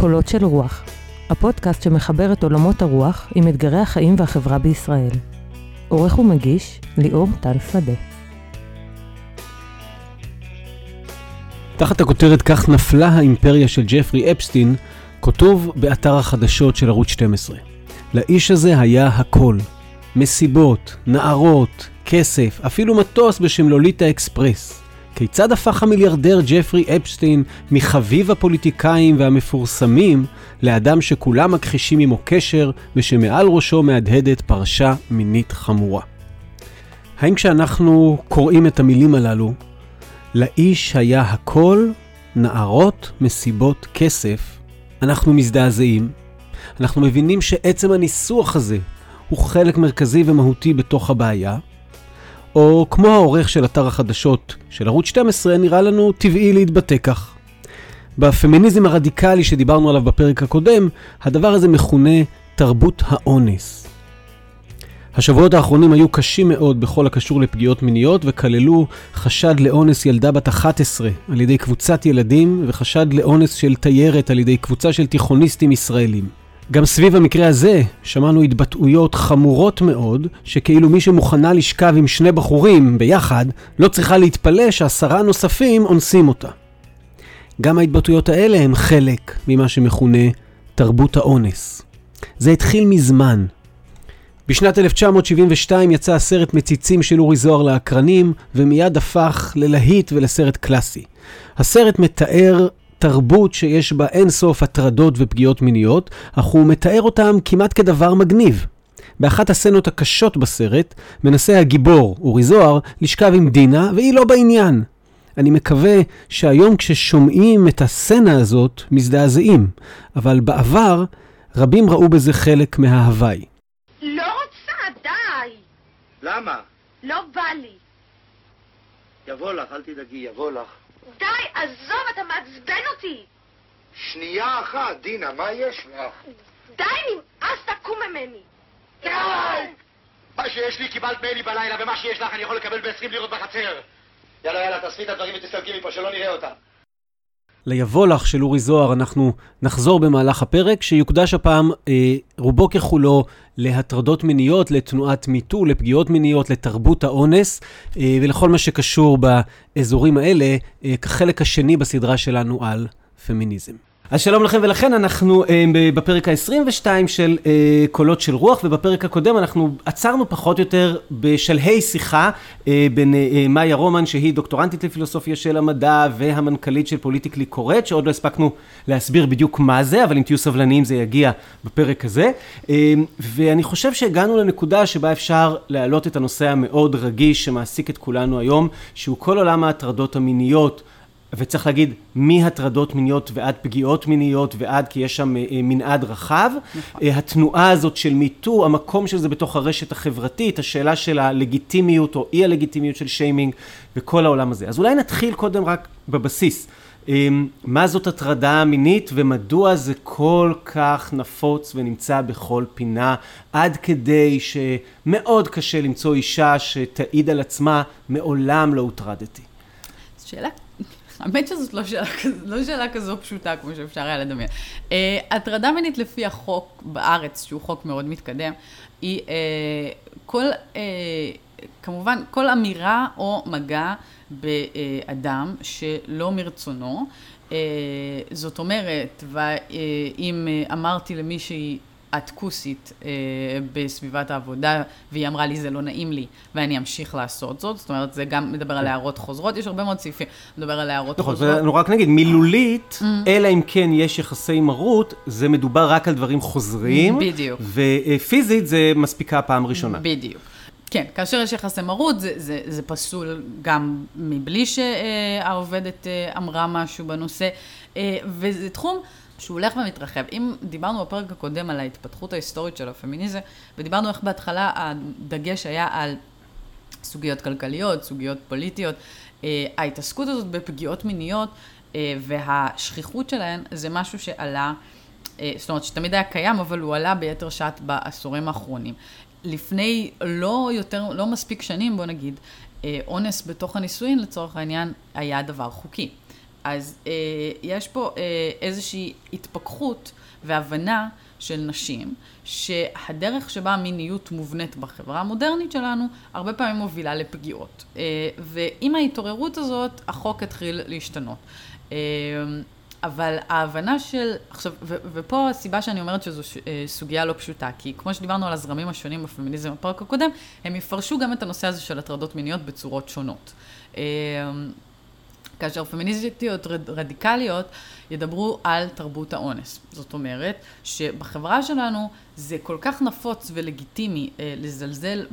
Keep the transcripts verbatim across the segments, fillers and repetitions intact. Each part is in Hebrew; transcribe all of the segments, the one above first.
קולות של רוח, הפודקאסט שמחבר את עולמות הרוח עם אתגרי החיים והחברה בישראל. עורך ומגיש, ליאור טל שדה. תחת הכותרת כך נפלה האימפריה של ג'פרי אפסטין, כתוב באתר החדשות של ערוץ שתים עשרה. לאיש הזה היה הכל. מסיבות, נערות, כסף, אפילו מטוס בשם לוליטה אקספרס. כיצד הפך המיליארדר ג'פרי אפסטין מחביב הפוליטיקאים והמפורסמים לאדם שכולם מכחישים עמו קשר ושמעל ראשו מהדהדת פרשה מינית חמורה? האם כשאנחנו קוראים את המילים הללו, לאיש היה הכל, נערות, מסיבות, כסף, אנחנו מזדעזעים? אנחנו מבינים שעצם הניסוח הזה הוא חלק מרכזי ומהותי בתוך הבעיה? או כמו העורך של אתר החדשות של ערוץ שתים עשרה, נראה לנו טבעי להתבטא כך. בפמיניזם הרדיקלי שדיברנו עליו בפרק הקודם, הדבר הזה מכונה תרבות האונס. השבועות האחרונים היו קשים מאוד בכל הקשור לפגיעות מיניות, וכללו חשד לאונס ילדה בת אחת עשרה על ידי קבוצת ילדים, וחשד לאונס של תיירת על ידי קבוצה של תיכוניסטים ישראלים. גם סביב המקרה הזה שמענו התבטאויות חמורות מאוד, שכאילו מי שמוכנה לשכב עם שני בחורים ביחד, לא צריכה להתפלא שעשרה נוספים אונסים אותה. גם ההתבטאויות האלה הם חלק ממה שמכונה תרבות האונס. זה התחיל מזמן. בשנת אלף תשע מאות שבעים ושתיים יצא הסרט מציצים של אורי זוהר לאקרנים, ומיד הפך ללהיט ולסרט קלאסי. הסרט מתאר תרבות שיש בה אין סוף הטרדות ופגיעות מיניות, אך הוא מתאר אותם כמעט כדבר מגניב. באחת הסצנות הקשות בסרט, מנסה הגיבור, אורי זוהר, לשכב עם דינה, והיא לא בעניין. אני מקווה שהיום כששומעים את הסצנה הזאת, מזדעזעים, אבל בעבר, רבים ראו בזה חלק מההוואי. לא רוצה, די! למה? לא בא לי. יבוא לך, אל תדאגי, יבוא לך. די, עזוב, אתה מעצבן אותי. שנייה אחת, דינה, מה יש לך? די, נמאס, תקום ממני. די! מה שיש לי קיבלת ממני בלילה, ומה שיש לך אני יכול לקבל ב-עשרים לירות בחצר. יאללה, יאללה, תאספי את הדברים ותסתלקי מפה, שלא נראה אותה. ליבוא לך של אורי זוהר אנחנו נחזור במהלך הפרק, שיוקדש הפעם אה, רובו ככולו להטרדות מיניות, לתנועת מיטו, לפגיעות מיניות, לתרבות האונס, אה, ולכל מה שקשור באזורים האלה, אה, כחלק השני בסדרה שלנו על פמיניזם. אז שלום לכם, ולכן אנחנו אה, בפרק ה-עשרים ושתיים של אה, קולות של רוח, ובפרק הקודם אנחנו עצרנו פחות או יותר בשלהי שיחה אה, בין אה, מאיה רומן, שהיא דוקטורנטית לפילוסופיה של המדע, והמנכ"לית של פוליטיקלי קורקט, שעוד לא הספקנו להסביר בדיוק מה זה, אבל אם תהיו סבלניים זה יגיע בפרק הזה. אה, ואני חושב שהגענו לנקודה שבה אפשר להעלות את הנושא המאוד רגיש שמעסיק את כולנו היום, שהוא כל עולם ההטרדות המיניות, וצריך להגיד מהטרדות מיניות ועד פגיעות מיניות ועד, כי יש שם מנעד רחב. נכון. התנועה הזאת של מיטו, המקום של זה בתוך הרשת החברתית, השאלה של הלגיטימיות או אי הלגיטימיות של שיימינג וכל העולם הזה. אז אולי נתחיל קודם רק בבסיס. מה זאת הטרדה מינית ומדוע זה כל כך נפוץ ונמצא בכל פינה, עד כדי שמאוד קשה למצוא אישה שתעיד על עצמה, מעולם לא הוטרדתי. שאלה האמת שזאת לא שאלה, לא שאלה כזו פשוטה, כמו שאפשר היה לדמיין. Uh, הטרדה מינית לפי החוק בארץ, שהוא חוק מאוד מתקדם, היא uh, כל, uh, כמובן, כל אמירה או מגע באדם שלא מרצונו. Uh, זאת אומרת, ואם uh, אמרתי למישהי, את כוסית אה, בסביבת העבודה, והיא אמרה לי, זה לא נעים לי, ואני אמשיך לעשות זאת. זאת אומרת, זה גם מדבר על הערות חוזרות, יש הרבה מאוד סעיפים, מדבר על הערות נכון, חוזרות. ואני רק נגיד, מילולית, mm. אלא אם כן יש יחסי מרות, זה מדובר רק על דברים חוזרים. בדיוק. ופיזית זה מספיקה פעם ראשונה. בדיוק. כן, כאשר יש יחסי מרות, זה, זה, זה פסול גם מבלי שהעובדת אמרה משהו בנושא, וזה תחום שהוא הולך ומתרחב. אם דיברנו בפרק הקודם על ההתפתחות ההיסטורית של הפמיניזם, ודיברנו איך בהתחלה הדגש היה על סוגיות כלכליות, סוגיות פוליטיות, ההתעסקות הזאת בפגיעות מיניות והשכיחות שלהן זה משהו שעלה, זאת אומרת שתמיד היה קיים, אבל הוא עלה ביתר שעת בעשורים האחרונים. לפני לא יותר, לא מספיק שנים, בוא נגיד, אונס בתוך הנישואין לצורך העניין היה דבר חוקי. אז אה, יש פה אה, איזושהי התפכחות והבנה של נשים, שהדרך שבה המיניות מובנית בחברה המודרנית שלנו, הרבה פעמים מובילה לפגיעות. אה, ועם ההתעוררות הזאת, החוק התחיל להשתנות. אה, אבל ההבנה של, עכשיו, ו- ופה הסיבה שאני אומרת שזו ש- סוגיה לא פשוטה, כי כמו שדיברנו על הזרמים השונים בפמיניזם בפרק הקודם, הם יפרשו גם את הנושא הזה של הטרדות מיניות בצורות שונות. כאשר פמיניסטיות רדיקליות ידברו על תרבות האונס. זאת אומרת שבחברה שלנו זה כל כך נפוץ ולגיטימי אה, לזלזל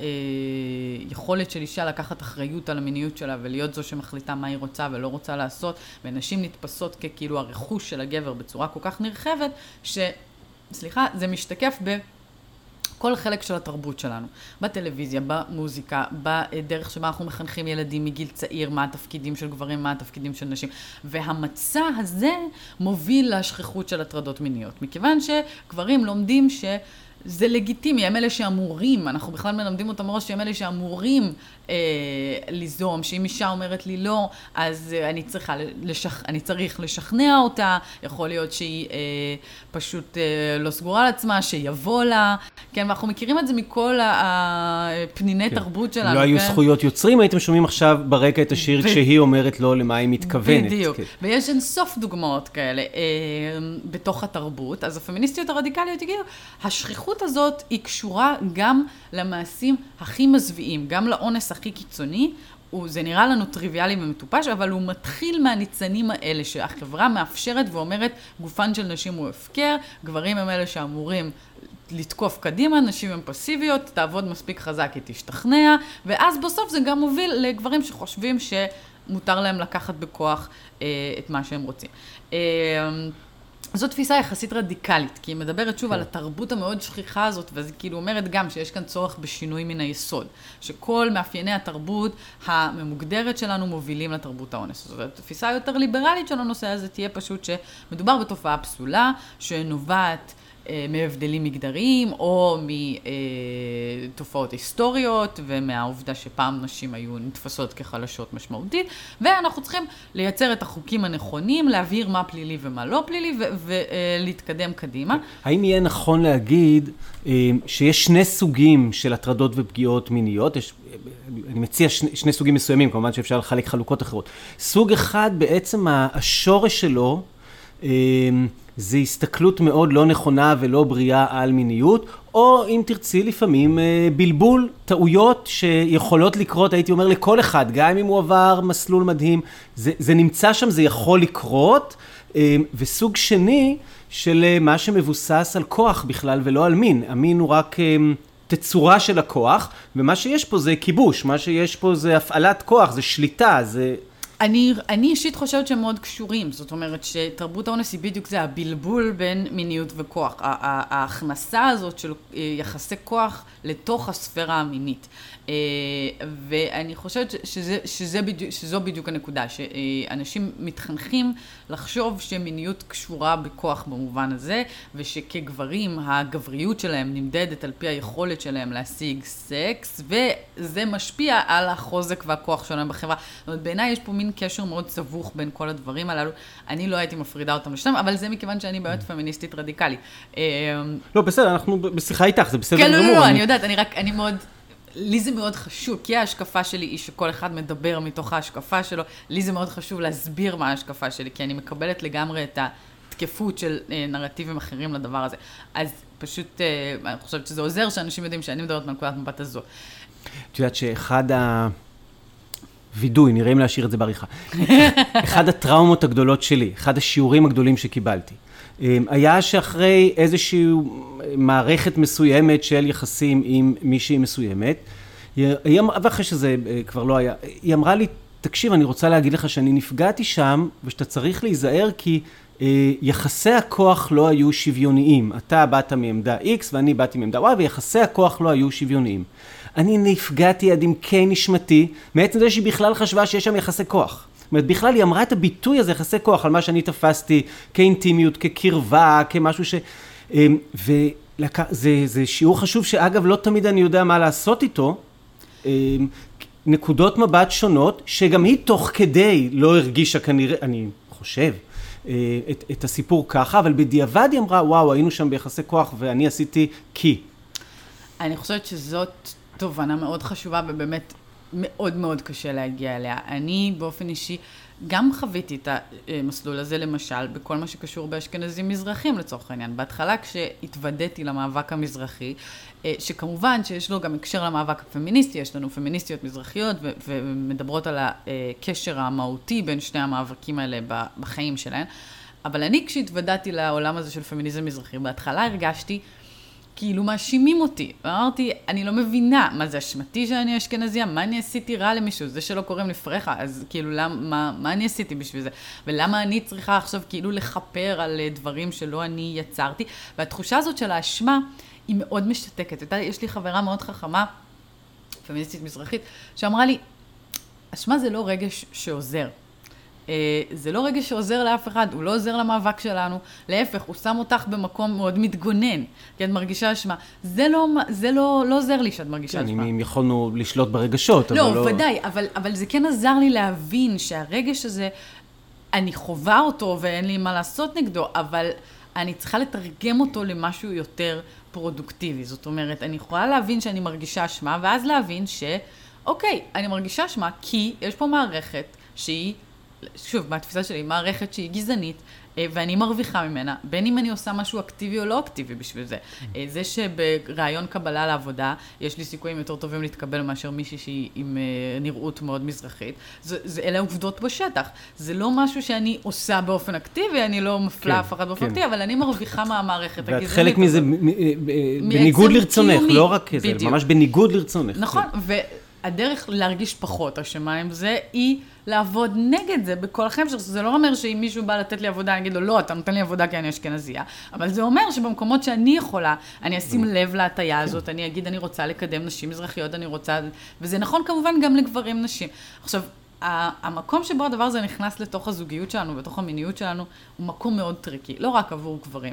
ביכולת של אישה לקחת אחריות על המיניות שלה ולהיות זו שמחליטה מה היא רוצה ולא רוצה לעשות, ונשים נתפסות ככאילו הרכוש של הגבר בצורה כל כך נרחבת, ש... סליחה, זה משתקף ב... כל חלק של התרבות שלנו, בטלוויזיה, במוזיקה, בדרך שבה אנחנו מחנכים ילדים מגיל צעיר, מה התפקידים של גברים, מה התפקידים של נשים. והמצע הזה מוביל להשכיחות של הטרדות מיניות. מכיוון שגברים לומדים שזה לגיטימי, הם אלה שאמורים, אנחנו בכלל מלמדים אותם מראש שהם אלה שאמורים אה, ליזום, שאם אישה אומרת לי לא, אז אה, אני, צריכה לשכ... אני צריך לשכנע אותה, יכול להיות שהיא אה, פשוט אה, לא סגורה על עצמה, שיבוא לה, כן, ואנחנו מכירים את זה מכל הפניני כן. תרבות שלנו. לא כן? היו זכויות יוצרים, הייתם שומעים עכשיו ברקע את השיר כשהיא אומרת לא למה היא מתכוונת. בדיוק, כן. ויש אין סוף דוגמאות כאלה אה, בתוך התרבות, אז הפמיניסטיות הרדיקליות הגיעו, השכיחות הזאת היא קשורה גם למעשים הכי מזוויעים, גם לאונס הכי קיצוני, זה נראה לנו טריוויאלי ומטופש, אבל הוא מתחיל מהניצנים האלה שהחברה מאפשרת ואומרת גופן של נשים הוא הפקר, גברים הם אלה שאמורים לתקוף קדימה, נשים הן פסיביות, תעבוד מספיק חזק, היא תשתכנע, ואז בסוף זה גם מוביל לגברים שחושבים שמותר להם לקחת בכוח אה, את מה שהם רוצים. אה, זו תפיסה יחסית רדיקלית, כי היא מדברת שוב כן. על התרבות המאוד שכיחה הזאת, וזה כאילו אומרת גם שיש כאן צורך בשינוי מן היסוד, שכל מאפייני התרבות הממוגדרת שלנו מובילים לתרבות האונס. זאת אומרת, תפיסה יותר ליברלית של הנושא הזה תהיה פשוט שמדובר בתופעה פסולה, שנובעת מהבדלים מגדריים, או מתופעות היסטוריות, ומהעובדה שפעם נשים היו נתפסות כחלשות משמעותית, ואנחנו צריכים לייצר את החוקים הנכונים, להבהיר מה פלילי ומה לא פלילי, ולהתקדם קדימה. האם יהיה נכון להגיד שיש שני סוגים של הטרדות ופגיעות מיניות? יש, אני מציע שני, שני סוגים מסוימים, כמובן שאפשר לחלק חלוקות אחרות. סוג אחד, בעצם השורש שלו, זה הסתכלות מאוד לא נכונה ולא בריאה על מיניות, או אם תרצי לפעמים בלבול, טעויות שיכולות לקרות, הייתי אומר לכל אחד, גם אם הוא עבר מסלול מדהים, זה, זה נמצא שם, זה יכול לקרות, וסוג שני של מה שמבוסס על כוח בכלל ולא על מין, המין הוא רק תצורה של הכוח, ומה שיש פה זה כיבוש, מה שיש פה זה הפעלת כוח, זה שליטה, זה... אני, אני אישית חושבת שהם מאוד קשורים, זאת אומרת שתרבות האונס היא בדיוק זה, הבלבול בין מיניות וכוח, ההכנסה הזאת של יחסי כוח לתוך הספירה המינית. ואני חושבת שזה, שזה בדיוק, שזו בדיוק הנקודה, שאנשים מתחנכים לחשוב שמיניות קשורה בכוח במובן הזה, ושכגברים הגבריות שלהם נמדדת על פי היכולת שלהם להשיג סקס, וזה משפיע על החוזק והכוח שלהם בחברה. זאת אומרת, בעיניי יש פה מין קשר מאוד סבוך בין כל הדברים הללו. אני לא הייתי מפרידה אותם לשתם, אבל זה מכיוון שאני באמת פמיניסטית רדיקלית. לא, בסדר, אנחנו בשיחה איתך, זה בסדר גמור. כן, לא, לא, אני... אני יודעת, אני רק, אני מאוד... לי זה מאוד חשוב, כי ההשקפה שלי היא שכל אחד מדבר מתוך ההשקפה שלו. לי זה מאוד חשוב להסביר מה ההשקפה שלי, כי אני מקבלת לגמרי את התקפות של נרטיבים אחרים לדבר הזה. אז פשוט, אני חושבת שזה עוזר שאנשים יודעים שאני מדברת מנקודת מבט הזו. את יודעת שאחד הווידוי, נראה אם להשאיר את זה בעריכה, אחד הטראומות הגדולות שלי, אחד השיעורים הגדולים שקיבלתי, היה שאחרי איזושהי מערכת מסוימת של יחסים עם מישהי מסוימת, היא אמרה, ואחרי שזה כבר לא היה, היא אמרה לי, תקשיב, אני רוצה להגיד לך שאני נפגעתי שם, ושאתה צריך להיזהר כי יחסי הכוח לא היו שוויוניים. אתה באת מעמדה X ואני באתי מעמדה Y, ויחסי הכוח לא היו שוויוניים. אני נפגעתי עד עמקי נשמתי, מעצם זה שהיא בכלל חשבה שיש שם יחסי כוח. זאת אומרת, בכלל היא אמרה את הביטוי הזה, יחסי כוח, על מה שאני תפסתי כאינטימיות, כקרבה, כמשהו ש... וזה זה שיעור חשוב שאגב לא תמיד אני יודע מה לעשות איתו, נקודות מבט שונות, שגם היא תוך כדי לא הרגישה כנראה, אני חושב, את, את הסיפור ככה, אבל בדיעבד היא אמרה, וואו, היינו שם ביחסי כוח ואני עשיתי כי. אני חושבת שזאת תובנה מאוד חשובה ובאמת מאוד מאוד קשה להגיע אליה. אני באופן אישי גם חוויתי את המסלול הזה למשל בכל מה שקשור באשכנזים מזרחים לצורך העניין. בהתחלה כשהתוודעתי למאבק המזרחי, שכמובן שיש לו גם הקשר למאבק הפמיניסטי, יש לנו פמיניסטיות מזרחיות ו- ומדברות על הקשר המהותי בין שני המאבקים האלה בחיים שלהן. אבל אני כשהתוודעתי לעולם הזה של פמיניזם מזרחי, בהתחלה הרגשתי כאילו מאשימים אותי. אמרתי, אני לא מבינה, מה זה אשמתי שאני אשכנזיה? מה אני עשיתי רע למישהו? זה שלא קוראים לי פרחה, אז כאילו, למה, מה, מה אני עשיתי בשביל זה? ולמה אני צריכה עכשיו כאילו לחפר על דברים שלא אני יצרתי? והתחושה הזאת של האשמה היא מאוד משתקת. יש לי חברה מאוד חכמה, פמיניסטית מזרחית, שאמרה לי, אשמה זה לא רגש שעוזר. זה לא רגע שעוזר לאף אחד, הוא לא עוזר למאבק שלנו, להפך, הוא שם אותך במקום מאוד מתגונן, כי את מרגישה אשמה. זה לא, זה לא, לא עוזר לי שאת מרגישה אשמה. אם יכולנו לשלוט ברגשות, לא, אבל לא... ודאי, אבל, אבל זה כן עזר לי להבין שהרגש הזה, אני חובה אותו ואין לי מה לעשות נגדו, אבל אני צריכה לתרגם אותו למשהו יותר פרודוקטיבי. זאת אומרת, אני יכולה להבין שאני מרגישה אשמה, ואז להבין ש, אוקיי, אני מרגישה אשמה כי יש פה מערכת שהיא, שוב, מהתפיסה שלי, מערכת שהיא גזענית, ואני מרוויחה ממנה, בין אם אני עושה משהו אקטיבי או לא אקטיבי בשביל זה. זה שברעיון קבלה לעבודה, יש לי סיכויים יותר טובים להתקבל מאשר מישהי שהיא עם נראות מאוד מזרחית. זה, זה, אלה עובדות בשטח. זה לא משהו שאני עושה באופן אקטיבי, אני לא מפלה אף אחד באופן אקטיבי, אבל אני מרוויחה מהמערכת הגזענית. ואת חלק מזה בניגוד לרצונך, לא רק זה, ממש בניגוד לרצונך. נכון, והדרך להרגיש פחות אשמה עם זה, היא לעבוד נגד זה בכל החיים. זה לא אומר שאם מישהו בא לתת לי עבודה, אני אגיד לו, לא, אתה נותן לי עבודה כי אני אשכנזייה. אבל זה אומר שבמקומות שאני יכולה, אני אשים לב להטיה הזאת, אני אגיד, אני רוצה לקדם נשים מזרחיות, אני רוצה... וזה נכון כמובן גם לגברים נשים. עכשיו, המקום שבו הדבר הזה נכנס לתוך הזוגיות שלנו, בתוך המיניות שלנו, הוא מקום מאוד טריקי, לא רק עבור גברים.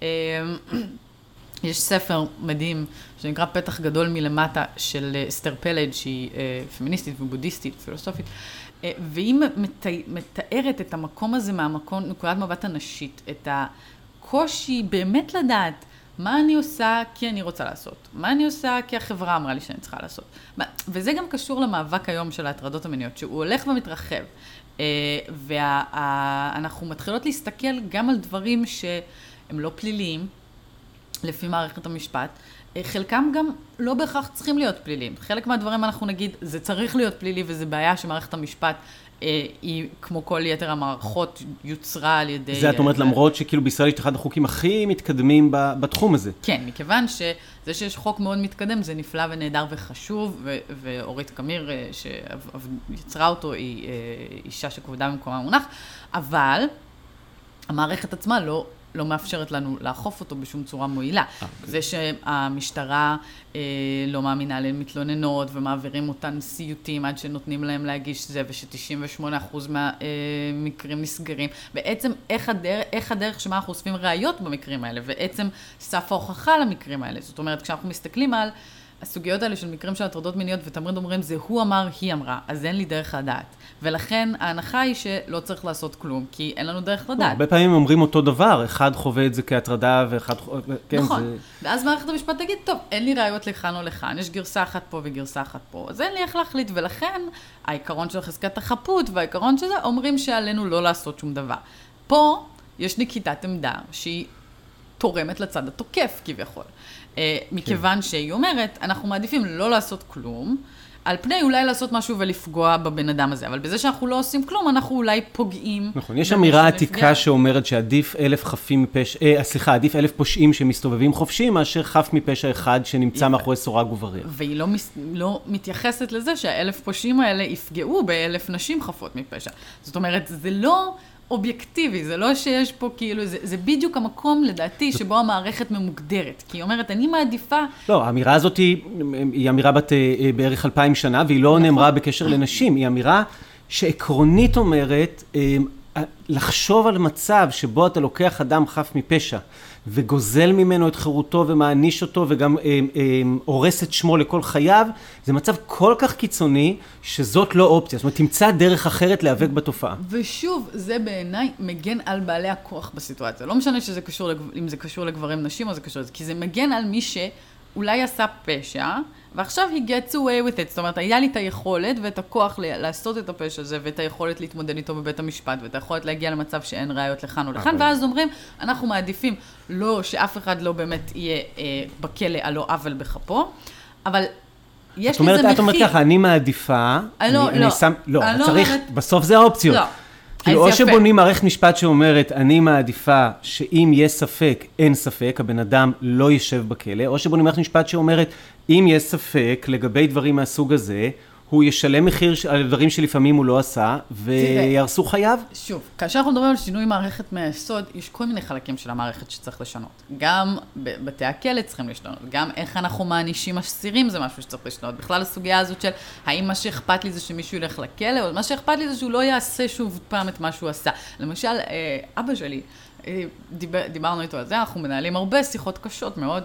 יש ספר מדהים שנקרא פתח גדול מלמטה של אסתר פלד, שהיא פמיניסטית ובודהיסטית, פילוסופית, והיא מתארת את המקום הזה מהמקום, נקודת מבט הנשית, את הקושי באמת לדעת מה אני עושה כי אני רוצה לעשות, מה אני עושה כי החברה אמרה לי שאני צריכה לעשות. וזה גם קשור למאבק היום של ההטרדות המיניות, שהוא הולך ומתרחב, ואנחנו מתחילות להסתכל גם על דברים שהם לא פליליים, לפי מערכת המשפט, חלקם גם לא בהכרח צריכים להיות פליליים. חלק מהדברים אנחנו נגיד, זה צריך להיות פלילי, וזה בעיה שמערכת המשפט אה, היא, כמו כל יתר המערכות, יוצרה על ידי... זה את אומרת, אה, למרות שכאילו בישראל יש אחד החוקים הכי מתקדמים בתחום הזה. כן, מכיוון שזה שיש חוק מאוד מתקדם, זה נפלא ונהדר וחשוב, ו- ואורית קמיר, שיצרה אותו, היא אה, אישה שכבודה במקומה מונח, אבל המערכת עצמה לא... לא מאפשרת לנו לאכוף אותו בשום צורה מועילה. Okay. זה שהמשטרה אה, לא מאמינה למתלוננות ומעבירים אותן סיוטים עד שנותנים להם להגיש זה, וש-תשעים ושמונה אחוז מהמקרים אה, נסגרים. בעצם איך הדרך, איך הדרך שמה אנחנו אוספים ראיות במקרים האלה, ועצם סף ההוכחה למקרים האלה. זאת אומרת, כשאנחנו מסתכלים על הסוגיות האלה של מקרים של הטרדות מיניות, ותמיד אומרים, זה הוא אמר, היא אמרה, אז אין לי דרך לדעת. ולכן ההנחה היא שלא צריך לעשות כלום, כי אין לנו דרך לדעת. הרבה פעמים אומרים אותו דבר, אחד חווה את זה כהטרדה, ואחד... נכון, ואז מערכת המשפט תגיד, טוב, אין לי ראיות לכאן או לכאן, יש גרסה אחת פה וגרסה אחת פה, אז אין לי איך להחליט, ולכן העיקרון של חזקת החפות, והעיקרון של זה, אומרים שעלינו לא לעשות שום דבר. פה יש נקיטת עמדה שהיא תורמת לצד התוקף כביכול. מכיוון שהיא אומרת, אנחנו מעדיפים לא לעשות כלום, על פני אולי לעשות משהו ולפגוע בבן אדם הזה, אבל בזה שאנחנו לא עושים כלום, אנחנו אולי פוגעים. נכון, יש אמירה עתיקה שאומרת שעדיף אלף חפים מפשע, אה, סליחה, עדיף אלף פושעים שמסתובבים חופשיים, מאשר חף מפשע אחד שנמצא מאחורי סורג ובריח. והיא לא, לא מתייחסת לזה שהאלף פושעים האלה יפגעו באלף נשים חפות מפשע. זאת אומרת, זה לא... אובייקטיבי, זה לא שיש פה כאילו, זה, זה בדיוק המקום לדעתי שבו המערכת ממוגדרת, כי היא אומרת, אני מעדיפה... לא, האמירה הזאת היא, היא אמירה בת בערך אלפיים שנה, והיא לא נאמרה בקשר לנשים, היא אמירה שעקרונית אומרת, לחשוב על מצב שבו אתה לוקח אדם חף מפשע, וגוזל ממנו את חירותו ומעניש אותו, וגם אה, אה, הורס את שמו לכל חייו, זה מצב כל כך קיצוני, שזאת לא אופציה. זאת אומרת, תמצא דרך אחרת להיאבק בתופעה. ושוב, זה בעיניי מגן על בעלי הכוח בסיטואציה. לא משנה שזה קשור, אם זה קשור לגברים נשים או זה קשור לזה, כי זה מגן על מי שאולי עשה פשע, ועכשיו he gets away with it. זאת אומרת, היה לי את היכולת ואת הכוח לעשות את הפשע הזה, ואת היכולת להתמודד איתו בבית המשפט, ואת היכולת להגיע למצב שאין ראיות לכאן או לכאן, ואז אומרים, אנחנו מעדיפים לא, שאף אחד לא באמת יהיה אה, בכלא על לא עוול בכפו, אבל יש לזה מחיר. את אומרת ככה, אני מעדיפה, אני, לא, אני, לא. אני שם, לא, אני צריך, לא אומרת... בסוף זה האופציות. לא. כאילו, או שבונים מערכת משפט שאומרת, אני מעדיפה שאם יש ספק, אין ספק, הבן אדם לא יישב בכלא, או שבונים מערכת משפט שאומרת, אם יש ספק לגבי דברים מהסוג הזה, הוא ישלם מחיר על דברים שלפעמים הוא לא עשה, וירסו חייו. שוב, כאשר אנחנו מדברים על שינוי מערכת מהיסוד, יש כל מיני חלקים של המערכת שצריך לשנות. גם בבתי הכלא צריכים לשנות, גם איך אנחנו מענישים אסירים זה משהו שצריך לשנות. בכלל הסוגיה הזאת של האם מה שאכפת לי זה שמישהו ילך לכלא, או מה שאכפת לי זה שהוא לא יעשה שוב פעם את מה שהוא עשה. למשל, אבא שלי, דיבר, דיברנו איתו על זה, אנחנו מנהלים הרבה שיחות קשות מאוד,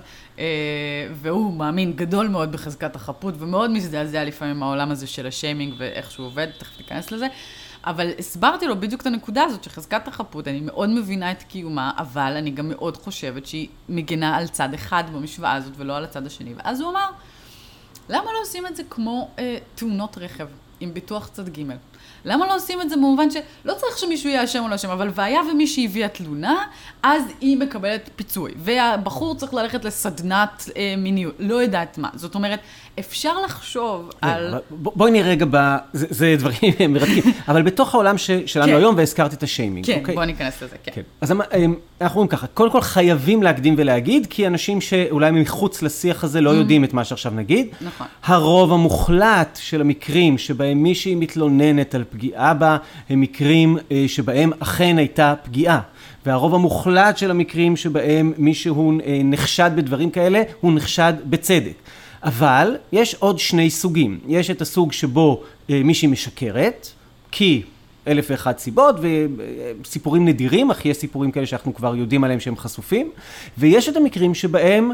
והוא מאמין גדול מאוד בחזקת החפות, ומאוד מזדעזע לפעמים מהעולם הזה של השיימינג ואיך שהוא עובד, תכף ניכנס לזה, אבל הסברתי לו בדיוק את הנקודה הזאת שחזקת החפות, אני מאוד מבינה את קיומה, אבל אני גם מאוד חושבת שהיא מגנה על צד אחד במשוואה הזאת ולא על הצד השני, ואז הוא אמר, למה לא עושים את זה כמו אה, תאונות רכב עם ביטוח צד ג'? למה לא עושים את זה במובן שלא צריך שמישהו יהיה אשם או לא אשם, אבל והיה ומי שהביאה תלונה, אז היא מקבלת פיצוי. והבחור צריך ללכת לסדנת אה, מיניות, לא יודעת מה. זאת אומרת, אפשר לחשוב על... בואי נראה רגע, ב... זה, זה דברים מרתקים, אבל בתוך העולם ש... שלנו כן. היום, והזכרת את השיימינג. כן, אוקיי? בוא ניכנס לזה, כן. כן. אז אנחנו אומרים ככה, קודם כל חייבים להקדים ולהגיד, כי אנשים שאולי מחוץ לשיח הזה לא יודעים את מה שעכשיו נגיד. נכון. הרוב המוחלט של המקרים שבהם מישהי מתלוננת על פגיעה בה, הם מקרים שבהם אכן הייתה פגיעה. והרוב המוחלט של המקרים שבהם מישהו נחשד בדברים כאלה, הוא נחשד בצדק. אבל יש עוד שני סוגים. יש את הסוג שבו מישהי משקרת, כי אלף ואחת סיבות, וסיפורים נדירים, אך יש סיפורים כאלה שאנחנו כבר יודעים עליהם שהם חשופים. ויש את המקרים שבהם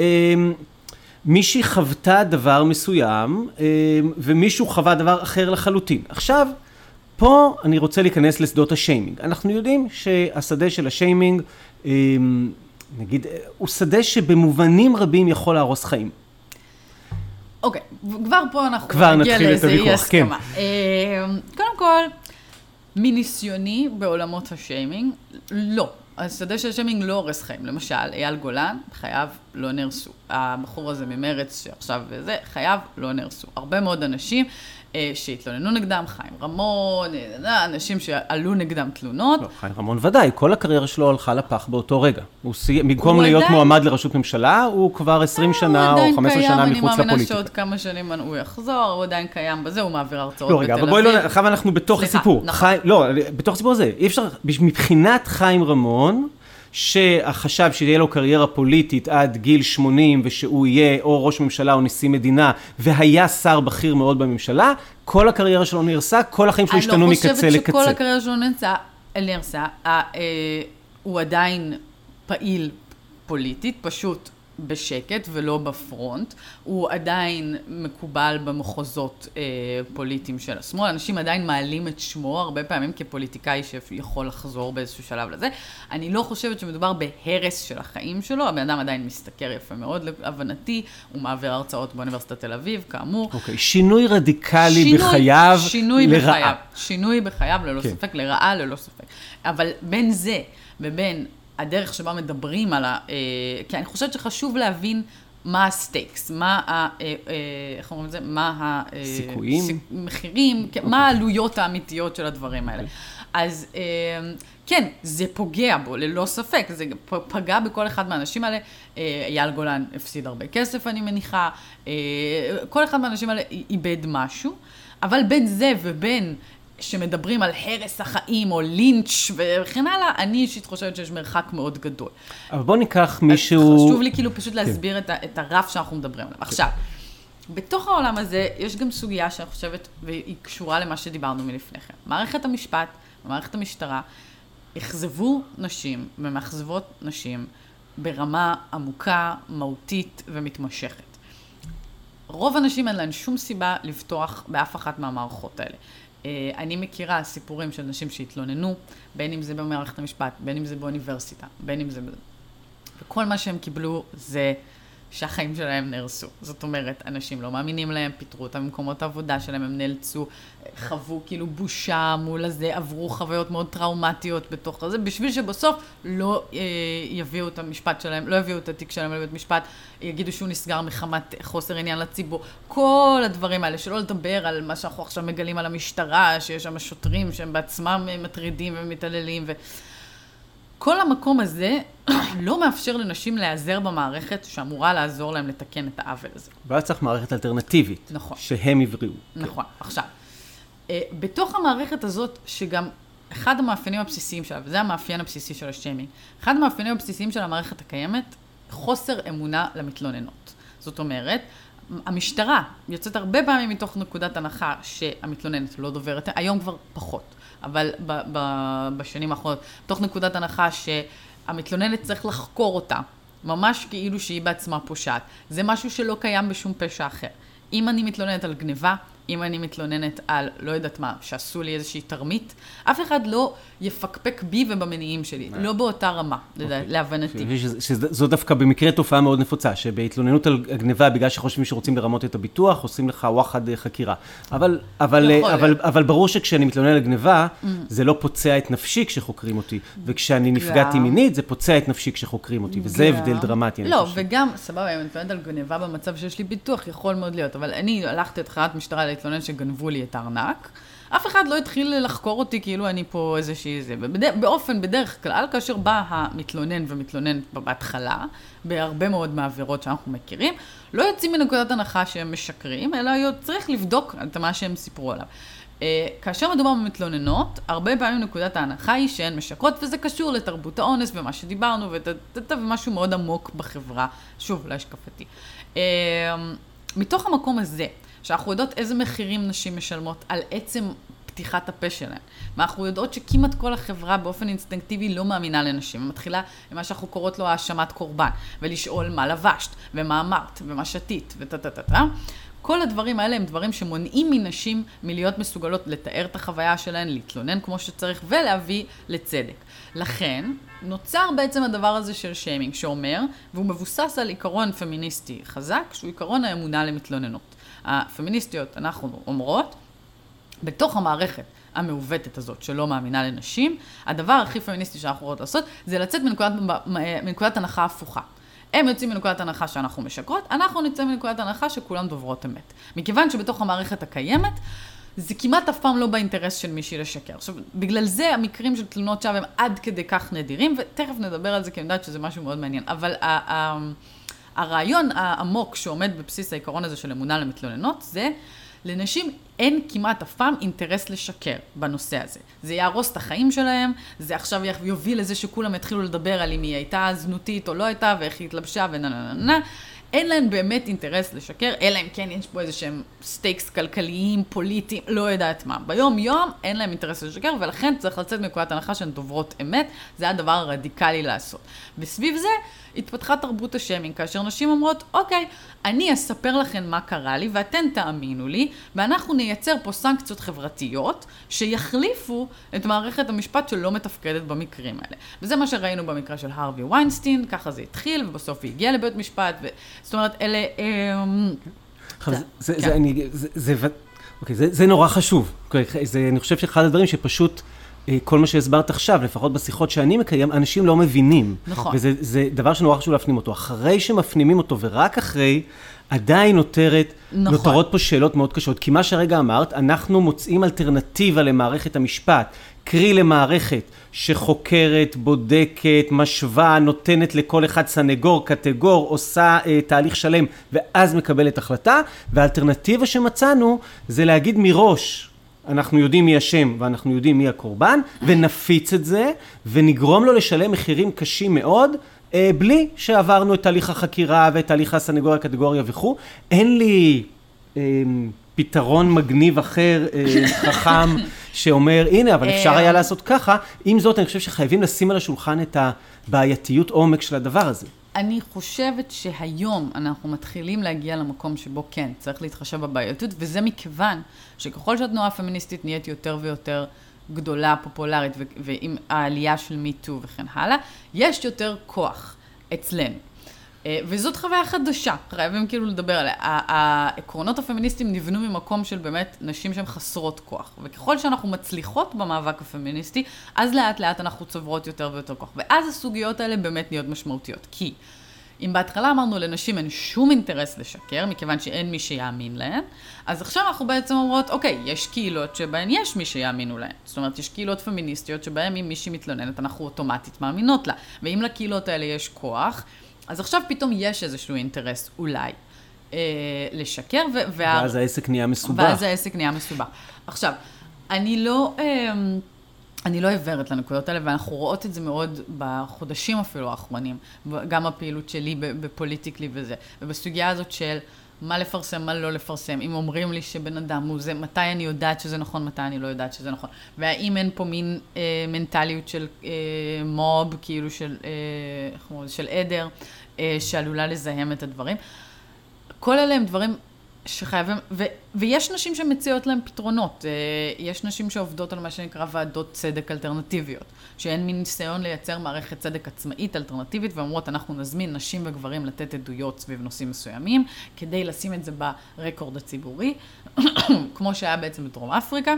מישהי חוותה דבר מסוים, ומישהו חווה דבר אחר לחלוטין. עכשיו, פה אני רוצה להיכנס לשדות השיימינג. אנחנו יודעים שהשדה של השיימינג, נגיד, הוא שדה שבמובנים רבים יכול להרוס חיים. אוקיי, כבר פה אנחנו כבר נתחיל את הוויכוח, כן. קודם כל, מניסיוני בעולמות השיימינג, לא. השדה של השיימינג לא הורס חיים. למשל, אייל גולן, חייו לא נרסו. הבחור הזה ממרץ שעכשיו זה, חייו לא נרסו. הרבה מאוד אנשים שהתלוננו נגדם, חיים רמון, אנשים שעלו נגדם תלונות. לא, חיים רמון ודאי, כל הקריירה שלו הלכה לפח באותו רגע. הוא סי... במקום להיות עדיין... מועמד לראשות ממשלה, הוא כבר עשרים שנה או חמש עשרה שנה מחוץ לפוליטיקה. אני מאמינה שעוד כמה שנים הוא יחזור, הוא עדיין קיים בזה, הוא מעביר הרצאות לא, רגע, בתל אבל בואי אביב. לא, עכשיו אנחנו בתוך סליחה, הסיפור. נכון. חי... לא, בתוך הסיפור הזה, אי אפשר, מבחינת חיים רמון, שהחשב שיהיה לו קריירה פוליטית עד גיל שמונים, ושהוא יהיה או ראש ממשלה או נשיא מדינה, והיה שר בכיר מאוד בממשלה, כל הקריירה שלו נרסה, כל החיים שלו השתנו מקצה לקצה. אני לא חושבת שכל הקריירה שלו נרסה, נרסה, הוא עדיין פעיל פוליטית, פשוט בשקט ולא בפרונט, הוא עדיין מקובל במחוזות אה, פוליטיים של השמאל, אנשים עדיין מעלים את שמו הרבה פעמים כפוליטיקאי שיכול לחזור באיזשהו שלב לזה. אני לא חושבת שמדובר בהרס של החיים שלו, הבן אדם עדיין מסתכר יפה מאוד להבנתי, הוא מעביר הרצאות באוניברסיטת תל אביב, כאמור. אוקיי, שינוי רדיקלי שינוי, בחייו שינוי לרעה. בחייו, שינוי בחייו ללא כן. ספק, לרעה ללא ספק. אבל בין זה ובין הדרך שבה מדברים על ה... כי אני חושבת שחשוב להבין מה הסטייקס, מה ה... איך אומרים את זה? מה ה... סיכויים? מחירים, מה העלויות האמיתיות של הדברים האלה. אז כן, זה פוגע בו, ללא ספק, זה פגע בכל אחד מהאנשים האלה. אייל גולן הפסיד הרבה כסף, אני מניחה. כל אחד מהאנשים האלה איבד משהו, אבל בין זה ובין... שמדברים על הרס החיים או לינץ' וכן הלאה, אני אישית חושבת שיש מרחק מאוד גדול. אבל בוא ניקח מישהו... חשוב לי כאילו פשוט להסביר את, ה, את הרף שאנחנו מדברים עליו. עכשיו, בתוך העולם הזה יש גם סוגיה שאני חושבת, והיא קשורה למה שדיברנו מלפני כן. מערכת המשפט במערכת המשטרה, אכזבו נשים ומאכזבות נשים ברמה עמוקה, מהותית ומתמשכת. רוב הנשים אין להן שום סיבה לפתוח באף אחת מהמערכות האלה. אני מכירה סיפורים של נשים שהתלוננו, בין אם זה במערכת המשפט, בין אם זה באוניברסיטה, בין אם זה... וכל מה שהם קיבלו זה שהחיים שלהם נהרסו. זאת אומרת, אנשים לא מאמינים להם, פיתרו אותם במקומות העבודה שלהם, הם נאלצו, חוו כאילו בושה מול הזה, עברו חוויות מאוד טראומטיות בתוך זה, בשביל שבסוף לא אה, יביאו את המשפט שלהם, לא יביאו את התיק שלהם לבית משפט, יגידו שהוא נסגר מחמת חוסר עניין לציבור. כל הדברים האלה, שלא לדבר על מה שאנחנו עכשיו מגלים על המשטרה, שיש שם שוטרים שהם בעצמם מטרידים ומתעללים ו... כל המקום הזה לא מאפשר לנשים להיעזר במערכת שאמורה לעזור להם לתקן את העוול הזה. ואז צריך מערכת אלטרנטיבית, נכון. שהם יבריאו. נכון, כן. עכשיו, בתוך המערכת הזאת, שגם אחד המאפיינים הבסיסיים שלה, וזה המאפיין הבסיסי של השיימינג, אחד המאפיינים הבסיסיים של המערכת הקיימת, חוסר אמונה למתלוננות. זאת אומרת, המשטרה יוצאת הרבה פעמים מתוך נקודת הנחה שהמתלוננת לא דוברת, היום כבר פחות. אבל ב- ב- בשנים האחרונות, תוך נקודת הנחה שהמתלוננת צריך לחקור אותה, ממש כאילו שהיא בעצמה פושעת. זה משהו שלא קיים בשום פשע אחר. אם אני מתלוננת על גניבה, אם אני מתלוננת על, לא יודעת מה, שעשו לי איזושהי תרמית, אף אחד לא יפקפק בי ובמניעים שלי, לא באותה רמה, להבנתי. זו דווקא במקרה תופעה מאוד נפוצה, שבהתלוננות על גניבה, בגלל שחושבים שרוצים לרמות את הביטוח, עושים לך וואחד חקירה. אבל ברור שכשאני מתלונן על גניבה, זה לא פוצע את נפשי כשחוקרים אותי, וכשאני נפגעתי מינית, זה פוצע את נפשי כשחוקרים אותי, וזה הבדל דרמטי. לא, וגם, סבבה, אם אני מתלוננת על גניבה במצב שיש לי ביטוח, יכול מאוד להיות, אבל אני הלכתי את תחנת משטרה להתלונן שגנבו לי את הארנק, אף אחד לא התחיל לחקור אותי כאילו אני פה איזושהי זה. באופן, בדרך כלל, כאשר בא המתלונן ומתלונן בהתחלה, בהרבה מאוד מעבירות שאנחנו מכירים, לא יוצאים מנקודת הנחה שהם משקרים, אלא צריך לבדוק את מה שהם סיפרו עליו. כאשר מדובר במתלוננות, הרבה פעמים נקודת ההנחה היא שהן משקרות, וזה קשור לתרבות האונס ומה שדיברנו, ומשהו מאוד עמוק בחברה, שוב, להשקפתי. מתוך המקום הזה, שאנחנו יודעות איזה מחירים נשים משלמות על עצם פתיחת הפה שלהן. ואנחנו יודעות שכמעט כל החברה באופן אינסטינקטיבי לא מאמינה לנשים. מתחילה עם שאנחנו קוראות לו האשמת קורבן, ולשאול מה לבשת, ומה אמרת, ומה שתית, וטטטטה. כל הדברים האלה הם דברים שמונעים מנשים מלהיות מסוגלות לתאר את החוויה שלהן, להתלונן כמו שצריך, ולהביא לצדק. לכן, נוצר בעצם הדבר הזה של שיימינג, שאומר, והוא מבוסס על עיקרון פמיניסטי חזק, שהוא עיקרון האמונה למתלוננות. הפמיניסטיות, אנחנו אומרות, בתוך המערכת המעוותת הזאת שלא מאמינה לנשים, הדבר הכי פמיניסטי שאנחנו רוצות לעשות, זה לצאת מנקודת, מנקודת הנחה הפוכה. הם יוצאים מנקודת הנחה שאנחנו משקרות, אנחנו נצא מנקודת הנחה שכולם דוברות אמת. מכיוון שבתוך המערכת הקיימת, זה כמעט אף פעם לא באינטרס של מישהי לשקר. עכשיו, בגלל זה המקרים של תלונות שווא הם עד כדי כך נדירים, ותכף נדבר על זה, כי אני יודעת שזה משהו מאוד מעניין. אבל ה- ה- הרעיון העמוק שעומד בבסיס העיקרון הזה של אמונה למתלוננות, זה לנשים אין כמעט אף פעם אינטרס לשקר בנושא הזה. זה יהרוס את החיים שלהם, זה עכשיו יוביל לזה שכולם יתחילו לדבר על אם היא הייתה זנותית או לא הייתה, ואיך היא התלבשה ונננננה. אין להם באמת אינטרס לשקר, אלא אם כן יש פה איזה שהם סטייקס כלכליים, פוליטיים, לא יודעת מה. ביום יום אין להם אינטרס לשקר, ולכן צריך לצאת מנקודת הנחה שהן דוברות אמת, זה הדבר הרדיקלי לעשות. וסביב זה התפתחה תרבות השיימינג, כאשר נשים אומרות, אוקיי, אני אספר לכם מה קרה לי, ואתן תאמינו לי, ואנחנו נייצר פה סנקציות חברתיות, שיחליפו את מערכת המשפט שלא מתפקדת במקרים האלה. וזה מה שראינו במקרה של הרווי ויינסטיין, ככה זה התחיל, ובסוף היא הגיעה לבית משפט, ו... זאת אומרת, אלה... זה נורא חשוב. אני חושב שאחד הדברים שפשוט... כל מה שהסברת עכשיו, לפחות בשיחות שאני מקיים, אנשים לא מבינים. נכון. וזה דבר שנורא חשוב להפנים אותו. אחרי שמפנימים אותו, ורק אחרי, עדיין נותרת, נכון. נותרות פה שאלות מאוד קשות. כי מה שהרגע אמרת, אנחנו מוצאים אלטרנטיבה למערכת המשפט, קרי למערכת שחוקרת, בודקת, משווה, נותנת לכל אחד סנגור, קטגור, עושה אה, תהליך שלם, ואז מקבלת החלטה. והאלטרנטיבה שמצאנו, זה להגיד מראש, אנחנו יודעים מי השם ואנחנו יודעים מי הקורבן, ונפיץ את זה, ונגרום לו לשלם מחירים קשים מאוד, אה, בלי שעברנו את תהליך החקירה ואת תהליך הסנגוריה, קטגוריה וכו'. אין לי אה, פתרון מגניב אחר, אה, חכם, שאומר, הנה, אבל אפשר היה לעשות ככה. עם זאת, אני חושב שחייבים לשים על השולחן את הבעייתיות עומק של הדבר הזה. אני חושבת שהיום אנחנו מתחילים להגיע למקום שבו כן, צריך להתחשב בבעייתיות, וזה מכיוון שככל שהתנועה הפמיניסטית נהיית יותר ויותר גדולה, פופולרית, ועם העלייה של מיטו וכן הלאה, יש יותר כוח אצלנו. וזאת חוויה חדשה, חייבים כאילו לדבר עליה. העקרונות הפמיניסטיים נבנו ממקום של באמת נשים שהן חסרות כוח. וככל שאנחנו מצליחות במאבק הפמיניסטי, אז לאט לאט אנחנו צוברות יותר ויותר כוח. ואז הסוגיות האלה באמת נהיות משמעותיות. כי אם בהתחלה אמרנו לנשים אין שום אינטרס לשקר, מכיוון שאין מי שיאמין להן, אז עכשיו אנחנו בעצם אומרות, אוקיי, יש קהילות שבהן יש מי שיאמינו להן. זאת אומרת, יש קהילות פמיניסטיות שבהן אם מישהי מתלוננת, אנחנו אוטומטית מאמינות לה. ואם לקהילות האלה יש כוח, אז עכשיו פתאום יש איזשהו אינטרס אולי אה, לשקר. ו- וה... ואז העסק נהיה מסובך. ואז העסק נהיה מסובך. עכשיו, אני לא, אה, אני לא עברת לנקודות האלה, ואנחנו רואות את זה מאוד בחודשים אפילו האחרונים, גם הפעילות שלי בפוליטיקלי וזה, ובסוגיה הזאת של מה לפרסם, מה לא לפרסם. אם אומרים לי שבן אדם הוא זה, מתי אני יודעת שזה נכון, מתי אני לא יודעת שזה נכון. והאם אין פה מין אה, מנטליות של אה, מוב, כאילו של, אה, איך אומרים, של עדר, אה, שעלולה לזהם את הדברים. כל אלה הם דברים שחייבים, ו, ויש נשים שמציעות להם פתרונות. אה, יש נשים שעובדות על מה שנקרא ועדות צדק אלטרנטיביות, שאין מין ניסיון לייצר מערכת צדק עצמאית אלטרנטיבית, ואומרות, אנחנו נזמין נשים וגברים לתת עדויות סביב נושאים מסוימים, כדי לשים את זה ברקורד הציבורי, כמו שהיה בעצם בדרום אפריקה.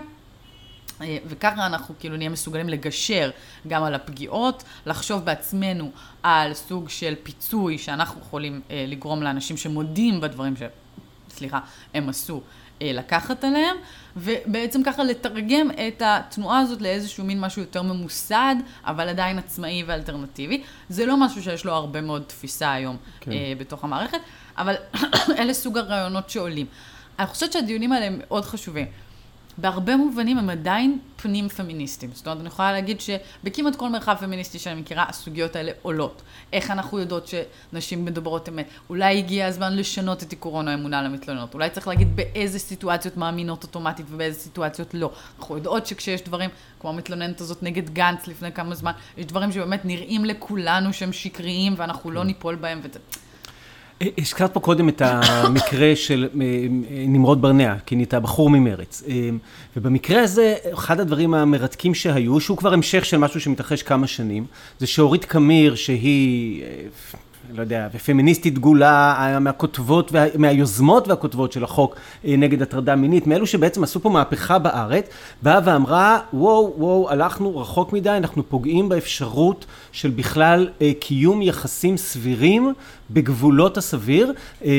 וככה אנחנו כאילו נהיה מסוגלים לגשר גם על הפגיעות, לחשוב בעצמנו על סוג של פיצוי שאנחנו יכולים אה, לגרום לאנשים שמודים בדברים ש... סליחה, הם עשו אה, לקחת עליהם, ובעצם ככה לתרגם את התנועה הזאת לאיזשהו מין משהו יותר ממוסד, אבל עדיין עצמאי ואלטרנטיבי. זה לא משהו שיש לו הרבה מאוד תפיסה היום כן. אה, בתוך המערכת, אבל אלה סוג הרעיונות שעולים. אני חושבת שהדיונים האלה הם מאוד חשובים. בהרבה מובנים הם עדיין פנים פמיניסטיים. זאת אומרת, אני יכולה להגיד שבכמעט כל מרחב פמיניסטי שאני מכירה, הסוגיות האלה עולות. איך אנחנו יודעות שנשים מדברות אמת? אולי הגיע הזמן לשנות את עקרון האמונה למתלוננות. אולי צריך להגיד באיזה סיטואציות מאמינות אוטומטית ובאיזה סיטואציות לא. אנחנו יודעות שכשיש דברים, כמו המתלוננת הזאת נגד גנץ לפני כמה זמן, יש דברים שבאמת נראים לכולנו שהם שקריים ואנחנו לא ניפול בהם וזה... הזכרת פה קודם את המקרה של נמרוד ברנע, כי נהייתה בחור ממרץ. ובמקרה הזה, אחד הדברים המרתקים שהיו, שהוא כבר המשך של משהו שמתרחש כמה שנים, זה שאורית קמיר, שהיא, לא יודע, ופמיניסטית דגולה, מהכותבות, מהיוזמות והכותבות של החוק נגד הטרדה מינית, מאלו שבעצם עשו פה מהפכה בארץ, באה ואמרה, וואו, וואו, הלכנו רחוק מדי, אנחנו פוגעים באפשרות של בכלל קיום יחסים סבירים, בגבולות הסביר,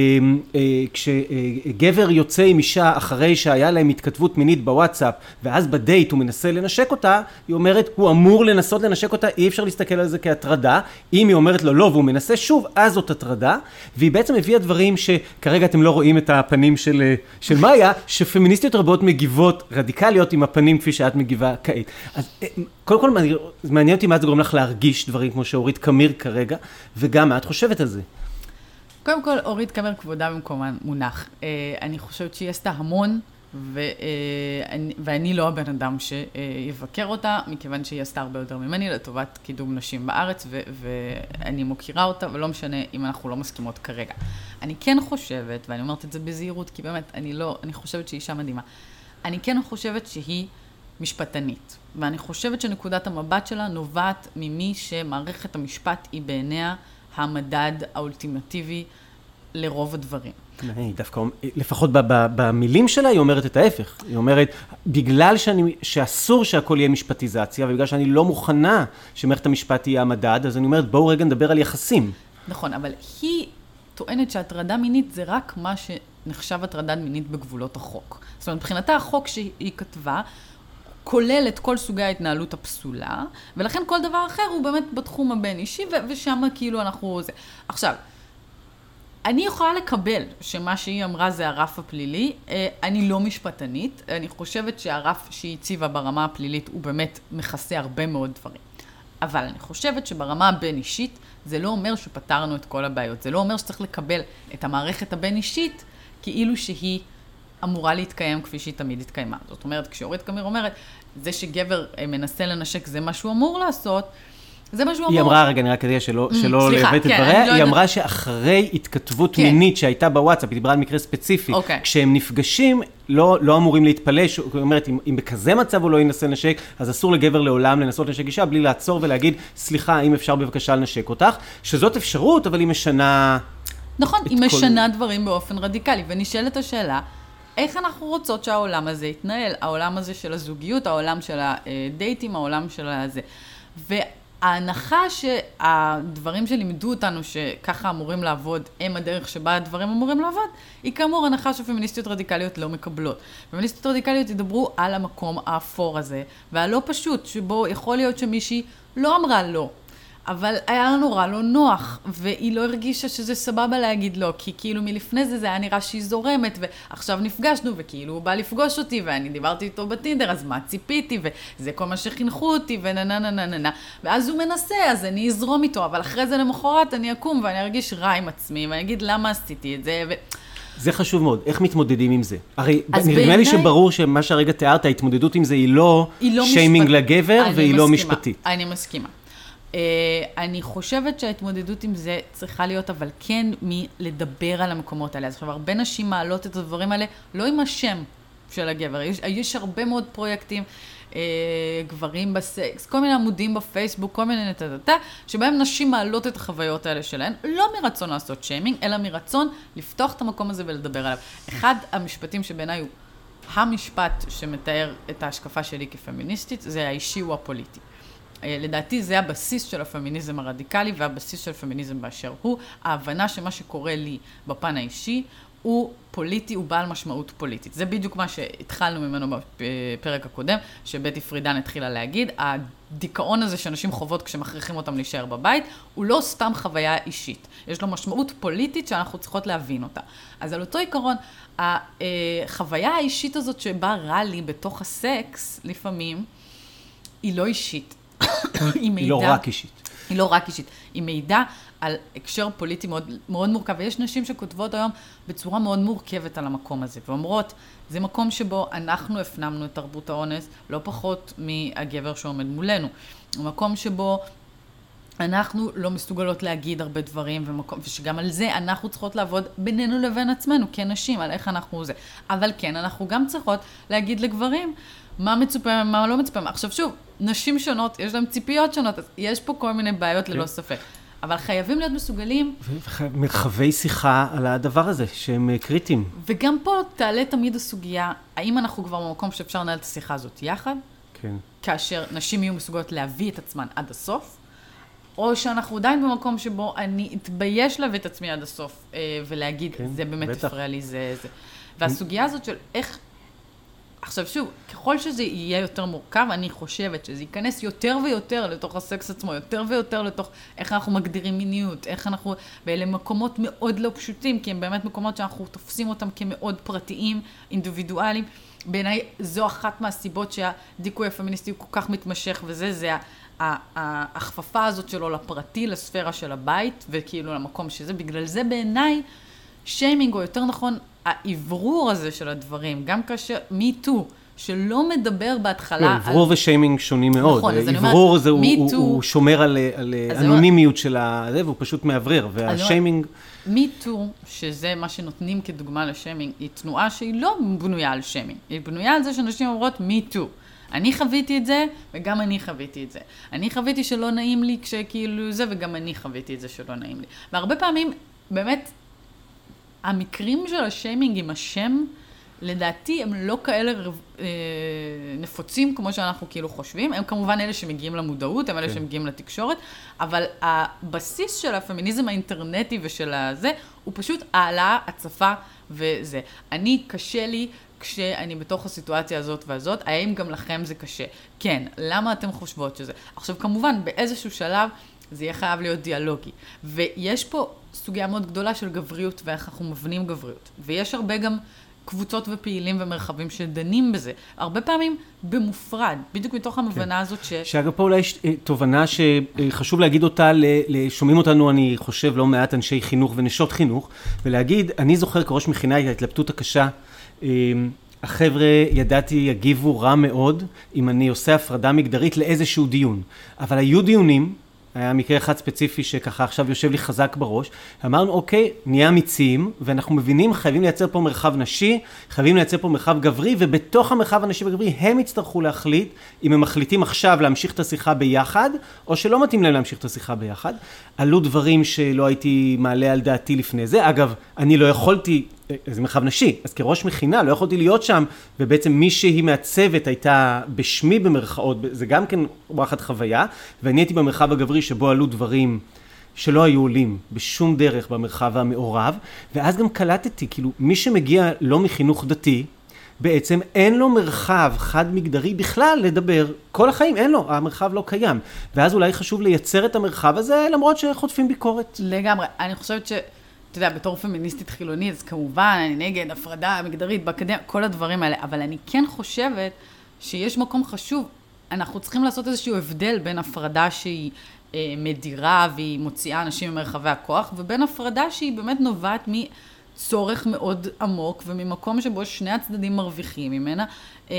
כשגבר יוצא עם אישה אחרי שהיה להם התכתבות מינית בוואטסאפ, ואז בדייט הוא מנסה לנשק אותה, היא אומרת, הוא אמור לנסות לנשק אותה, אי אפשר להסתכל על זה כהטרדה, אם היא אומרת לו לא, והוא מנסה שוב, אז זאת הטרדה, והיא בעצם הביאה דברים שכרגע אתם לא רואים את הפנים של, של מאיה, שפמיניסטיות רבות מגיבות רדיקליות עם הפנים כפי שאת מגיבה כעת. אז קודם כל, מעניין אותי מה זה גורם לך להרגיש דברים כמו שאורית קמיר כרגע, וגם מה את חושבת על זה? קודם כל, אורית קמיר כבודה במקומה מונח. אני חושבת שהיא עשתה המון, ואני לא הבן אדם שיבקר אותה, מכיוון שהיא עשתה הרבה יותר ממני לטובת קידום נשים בארץ, ואני מוכירה אותה, ולא משנה אם אנחנו לא מסכימות כרגע. אני כן חושבת, ואני אומרת את זה בזהירות, כי באמת, אני לא, אני חושבת שהיא אישה מדהימה. אני כן חושבת שהיא משפטנית, ואני חושבת שנקודת המבט שלה נובעת ממי שמערכת המשפט היא בעיניה המדד האולטימטיבי לרוב הדברים. דווקא, לפחות במילים שלה, היא אומרת את ההפך. היא אומרת, בגלל שאני, שאסור שהכל יהיה משפטיזציה, ובגלל שאני לא מוכנה שמערכת המשפט יהיה המדד, אז אני אומרת, בואו רגע נדבר על יחסים. נכון, אבל היא טוענת שהטרדה מינית זה רק מה שנחשב הטרדה מינית בגבולות החוק. זאת אומרת, מבחינתה החוק שהיא כתבה, כולל את כל סוגי ההתנהלות הפסולה, ולכן כל דבר אחר הוא באמת בתחום הבין אישי, ו- ושם כאילו אנחנו... זה. עכשיו, אני יכולה לקבל שמה שהיא אמרה זה הרף הפלילי, אני לא משפטנית, אני חושבת שהרף שהיא הציבה ברמה הפלילית הוא באמת מכסה הרבה מאוד דברים. אבל אני חושבת שברמה הבין אישית זה לא אומר שפתרנו את כל הבעיות, זה לא אומר שצריך לקבל את המערכת הבין אישית כאילו שהיא אמורה להתקיים כפי שהיא תמיד התקיימה. זאת אומרת, כשאורית קמיר אומרת, זה שגבר מנסה לנשק זה מה שהוא אמור לעשות, זה מה שהוא אמור. היא אמרה, רגע, נראה כדי שלא לעוות את דבריה, היא אמרה שאחרי התכתבות מינית שהייתה בוואטסאפ, היא דיברה על מקרה ספציפי, כשהם נפגשים, לא אמורים להתפלש, היא אומרת, אם בכזה מצב הוא לא ינסה לנשק, אז אסור לגבר לעולם לנסות לנשק אישה, בלי לעצור ולהגיד, סליחה, אם אפשר בבקשה לנשק אותך, שזאת אפשרות, אבל היא משנה... נכון, היא משנה דברים באופן רדיקלי, ונשאלת השאלה, איך אנחנו רוצות שהעולם הזה יתנהל? העולם הזה של הזוגיות, העולם של הדייטים, העולם של הזה. וההנחה שהדברים שלימדו אותנו שככה אמורים לעבוד, הם הדרך שבה הדברים אמורים לעבוד, היא כאמור הנחה שפמיניסטיות רדיקליות לא מקבלות. פמיניסטיות רדיקליות ידברו על המקום האפור הזה, והלא פשוט, שבו יכול להיות שמישהי לא אמרה לא. אבל היה לנו נורא לא נוח, והיא לא הרגישה שזה סבבה להגיד לא, כי כאילו מלפני זה זה היה נראה שהיא זורמת, ועכשיו נפגשנו, וכאילו הוא בא לפגוש אותי, ואני דיברתי איתו בטינדר, אז מה ציפיתי, וזה כל מה שחינכו אותי, ונננננננ. ואז הוא מנסה, אז אני אזרום איתו, אבל אחרי זה למחרת אני אקום, ואני ארגיש רע עם עצמי, ואני אגיד למה עשיתי את זה, ו... זה חשוב מאוד. איך מתמודדים עם זה? הרי נראה לי שברור שמה שהרגע תיארת, ההתמודדות עם זה היא לא שיימינג לגבר, והיא לא משפטית. אני מסכימה. Uh, אני חושבת שההתמודדות עם זה צריכה להיות, אבל כן מלדבר על המקומות האלה. אז עכשיו, הרבה נשים מעלות את הדברים האלה, לא עם השם של הגבר. יש, יש הרבה מאוד פרויקטים, uh, גברים בסקס, כל מיני עמודים בפייסבוק, כל מיני נתתתה, שבהם נשים מעלות את החוויות האלה שלהן, לא מרצון לעשות שיימינג, אלא מרצון לפתוח את המקום הזה ולדבר עליו. אחד המשפטים שבעיניי הוא המשפט שמתאר את ההשקפה שלי כפמיניסטית, זה האישי הוא הפוליטי. לדעתי זה הבסיס של הפמיניזם הרדיקלי והבסיס של הפמיניזם באשר הוא, ההבנה שמה שקורה לי בפן האישי הוא פוליטי, הוא בעל משמעות פוליטית. זה בדיוק מה שהתחלנו ממנו בפרק הקודם, שבטי פרידן התחילה להגיד, הדיכאון הזה שאנשים חוות כשמכריחים אותם להישאר בבית, הוא לא סתם חוויה אישית. יש לו משמעות פוליטית שאנחנו צריכות להבין אותה. אז על אותו עיקרון, החוויה האישית הזאת שבה רע לי בתוך הסקס, לפעמים, היא לא אישית. היא מידע, היא לא רק אישית. היא לא רק אישית. היא מידע על הקשר פוליטי מאוד, מאוד מורכב. ויש נשים שכותבות היום בצורה מאוד מורכבת על המקום הזה. ואומרות, זה מקום שבו אנחנו הפנמנו את תרבות האונס, לא פחות מהגבר שעומד מולנו. הוא מקום שבו אנחנו לא מסוגלות להגיד הרבה דברים, ומקום, ושגם על זה אנחנו צריכות לעבוד בינינו לבין עצמנו, כנשים, על איך אנחנו זה. אבל כן, אנחנו גם צריכות להגיד לגברים, מה מצופה, מה לא מצופה. עכשיו שוב, נשים שונות, יש להם ציפיות שונות, אז יש פה כל מיני בעיות ללא ספק. אבל חייבים להיות מסוגלים. מרחבי שיחה על הדבר הזה, שהם קריטיים. וגם פה תעלה תמיד הסוגיה, האם אנחנו כבר במקום שאפשר לנהל את השיחה הזאת יחד? כן. כאשר נשים יהיו מסוגלות להביא את עצמן עד הסוף, או שאנחנו עדיין במקום שבו אני אתבייש להביא את עצמי עד הסוף, ולהגיד, זה באמת הפריע לי, זה, זה. והסוגיה הזאת של איך, עכשיו שוב, ככל שזה יהיה יותר מורכב, אני חושבת שזה ייכנס יותר ויותר לתוך הסקס עצמו, יותר ויותר לתוך איך אנחנו מגדירים מיניות, איך אנחנו, ואלה מקומות מאוד לא פשוטים, כי הם באמת מקומות שאנחנו תופסים אותם כמאוד פרטיים, אינדיבידואליים. בעיניי זו אחת מהסיבות שהדיכוי הפמיניסטי הוא כל כך מתמשך, וזה, זה ההכפפה הזאת שלו לפרטי, לספירה של הבית, וכאילו למקום שזה. בגלל זה בעיניי, שיימינג, או יותר נכון, העברור הזה של הדברים, גם כאשר, מי טו, שלא מדבר בהתחלה... עברור ושיימינג שונים מאוד. עברור הזה הוא שומר על אנונימיות של זה, והוא פשוט מעברר, והשיימינג... מי טו, שזה מה שנותנים כדוגמה לשיימינג, היא תנועה שהיא לא בנויה על שיימינג, היא בנויה על זה שאנשים אומרות מי טו. אני חוויתי את זה, וגם אני חוויתי את זה. אני חוויתי שלא נעים לי כשכאילו זה, וגם אני חוויתי את זה שלא נעים לי. והרבה פעמים, באמת, המקרים של השיימינג עם השם, לדעתי הם לא כאלה אה, נפוצים כמו שאנחנו כאילו חושבים. הם כמובן אלה שמגיעים למודעות, הם אלה כן. שמגיעים לתקשורת, אבל הבסיס של הפמיניזם האינטרנטי ושל הזה, הוא פשוט העלאה, הצפה וזה. אני, קשה לי כשאני בתוך הסיטואציה הזאת והזאת, האם גם לכם זה קשה? כן, למה אתם חושבות שזה? עכשיו כמובן, באיזשהו שלב זה יהיה חייב להיות דיאלוגי. ויש פה סוגיה מאוד גדולה של גבריות ואיך אנחנו מבנים גבריות. ויש הרבה גם קבוצות ופעילים ומרחבים שדנים בזה. הרבה פעמים במופרד, בדיוק מתוך המבנה הזאת ש... שאגב פה אולי יש תובנה שחשוב להגיד אותה, לשומעים אותנו אני חושב לא מעט אנשי חינוך ונשות חינוך, ולהגיד, אני זוכר כראש מכינה את ההתלבטות הקשה, החבר'ה, ידעתי, יגיבו רע מאוד אם אני עושה הפרדה מגדרית לאיזשהו דיון. אבל היו דיונים, היה מקרה אחד ספציפי שככה עכשיו יושב לי חזק בראש, אמרנו, אוקיי, נהיה אמיצים, ואנחנו מבינים, חייבים לייצר פה מרחב נשי, חייבים לייצר פה מרחב גברי, ובתוך המרחב הנשי והגברי הם יצטרכו להחליט, אם הם מחליטים עכשיו להמשיך את השיחה ביחד, או שלא מתאים להם להמשיך את השיחה ביחד. עלו דברים שלא הייתי מעלה על דעתי לפני זה. אגב, אני לא יכולתי, זה מרחב נשי, אז כראש מכינה לא יכולתי להיות שם, ובעצם מי שהיא מהצוות הייתה בשמי במרכאות, זה גם כן וואחד חוויה, ואני הייתי במרחב הגברי שבו עלו דברים שלא היו עולים בשום דרך במרחב המעורב, ואז גם קלטתי, כאילו, מי שמגיע לא מחינוך דתי, בעצם אין לו מרחב חד מגדרי בכלל לדבר, כל החיים אין לו, המרחב לא קיים, ואז אולי חשוב לייצר את המרחב הזה, למרות שחוטפים ביקורת. לגמרי, אני חושבת ש... אתה יודע, בתור פמיניסטית חילונית, אז כמובן, אני נגד הפרדה מגדרית באקדמיה, כל הדברים האלה, אבל אני כן חושבת שיש מקום חשוב, אנחנו צריכים לעשות איזשהו הבדל בין הפרדה שהיא אה, מדירה והיא מוציאה אנשים ממרחבי הכוח, ובין הפרדה שהיא באמת נובעת מצורך מאוד עמוק, וממקום שבו שני הצדדים מרוויחים ממנה, אה,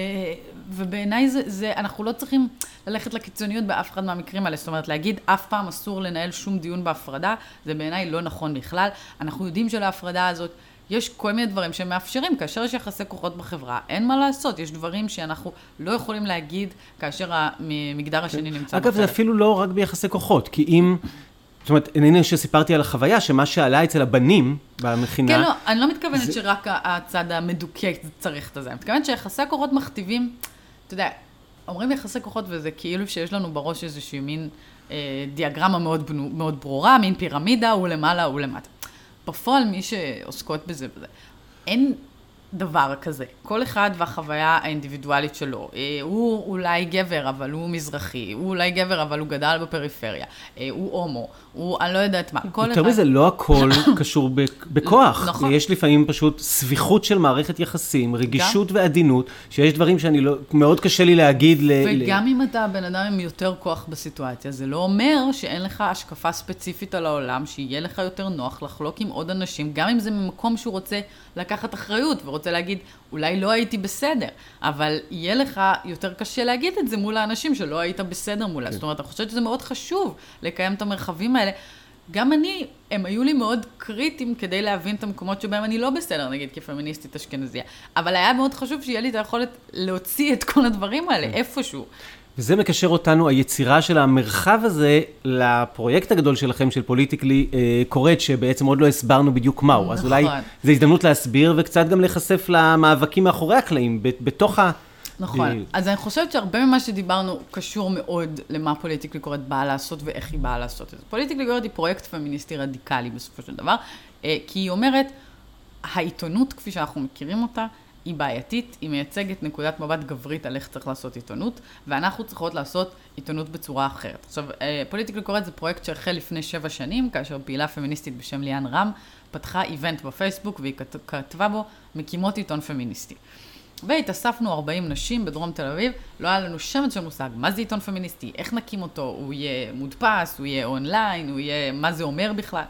ובעיניי זה, זה, אנחנו לא צריכים ללכת לקיצוניות באף אחד מהמקרים האלה, זאת אומרת, להגיד אף פעם אסור לנהל שום דיון בהפרדה, זה בעיניי לא נכון בכלל. אנחנו יודעים שלהפרדה הזאת יש כל מיני דברים שמאפשרים, כאשר יש יחסי כוחות בחברה, אין מה לעשות, יש דברים שאנחנו לא יכולים להגיד כאשר המגדר השני נמצא בחלק. אגב, זה אפילו לא רק ביחסי כוחות, כי אם, זאת אומרת, אינני שסיפרתי על החוויה, שמה שעלה אצל הבנים במכינה... כן, לא, אני לא מתכוונת זה... שרק הצד המדוכא צריך את זה, אני מתכוונת שיחסי הכוחות מכתיבים, אתה יודע, אומרים יחסי כוחות וזה כאילו שיש לנו בראש איזושהי מין אה, דיאגרמה מאוד, בנו, מאוד ברורה, מין פירמידה, הוא למעלה, הוא למטה. בפועל מי שעוסקות בזה, בזה, אין דבר כזה. כל אחד והחוויה האינדיבידואלית שלו. אה, הוא אולי גבר, אבל הוא מזרחי. הוא אולי גבר, אבל הוא גדל בפריפריה. אה, הוא הומו. הוא, אני לא יודעת מה. יותר מזה, לא הכל קשור בכוח. נכון. יש לפעמים פשוט סביחות של מערכת יחסים, רגישות ועדינות, שיש דברים שאני לא, מאוד קשה לי להגיד ל... וגם אם אתה בן אדם עם יותר כוח בסיטואציה, זה לא אומר שאין לך השקפה ספציפית על העולם, שיהיה לך יותר נוח לחלוק עם עוד אנשים, גם אם זה ממקום שהוא רוצה לקחת אחריות, ורוצה להגיד, אולי לא הייתי בסדר, אבל יהיה לך יותר קשה להגיד את זה מול האנשים שלא היית בסדר מולה. זאת אומרת, אני חושבת שזה מאוד חשוב לקיים את המרחבים האלה. גם אני, הם היו לי מאוד קריטיים כדי להבין את המקומות שבהם אני לא בסדר, נגיד כפמיניסטית אשכנזיה. אבל היה מאוד חשוב שיהיה לי את היכולת להוציא את כל הדברים האלה, איפשהו. וזה מקשר אותנו, היצירה של המרחב הזה, לפרויקט הגדול שלכם, של פוליטיקלי קורט, שבעצם עוד לא הסברנו בדיוק מהו. נכון. אז אולי זו הזדמנות להסביר, וקצת גם לחשף למאבקים מאחורי הקלעים, בתוך ה... נכון. אז אני חושבת שהרבה ממה שדיברנו קשור מאוד למה פוליטיקלי קורט באה לעשות, ואיך היא באה לעשות את זה. פוליטיקלי קורט היא פרויקט פמיניסטי רדיקלי בסופו של דבר, כי היא אומרת, העיתונות כפי שאנחנו מכירים אותה, היא בעייתית, היא מייצגת נקודת מבט גברית על איך צריך לעשות עיתונות, ואנחנו צריכות לעשות עיתונות בצורה אחרת. עכשיו, פוליטיקלי קורט זה פרויקט שהחל לפני שבע שנים, כאשר פעילה פמיניסטית בשם ליאן רם, פתחה איבנט בפייסבוק, והיא כתבה בו מקימות עיתון פמיניסטי. והתאספנו ארבעים נשים בדרום תל אביב, לא היה לנו שמץ של מושג, מה זה עיתון פמיניסטי, איך נקים אותו, הוא יהיה מודפס, הוא יהיה אונליין, הוא יהיה, מה זה אומר בכלל.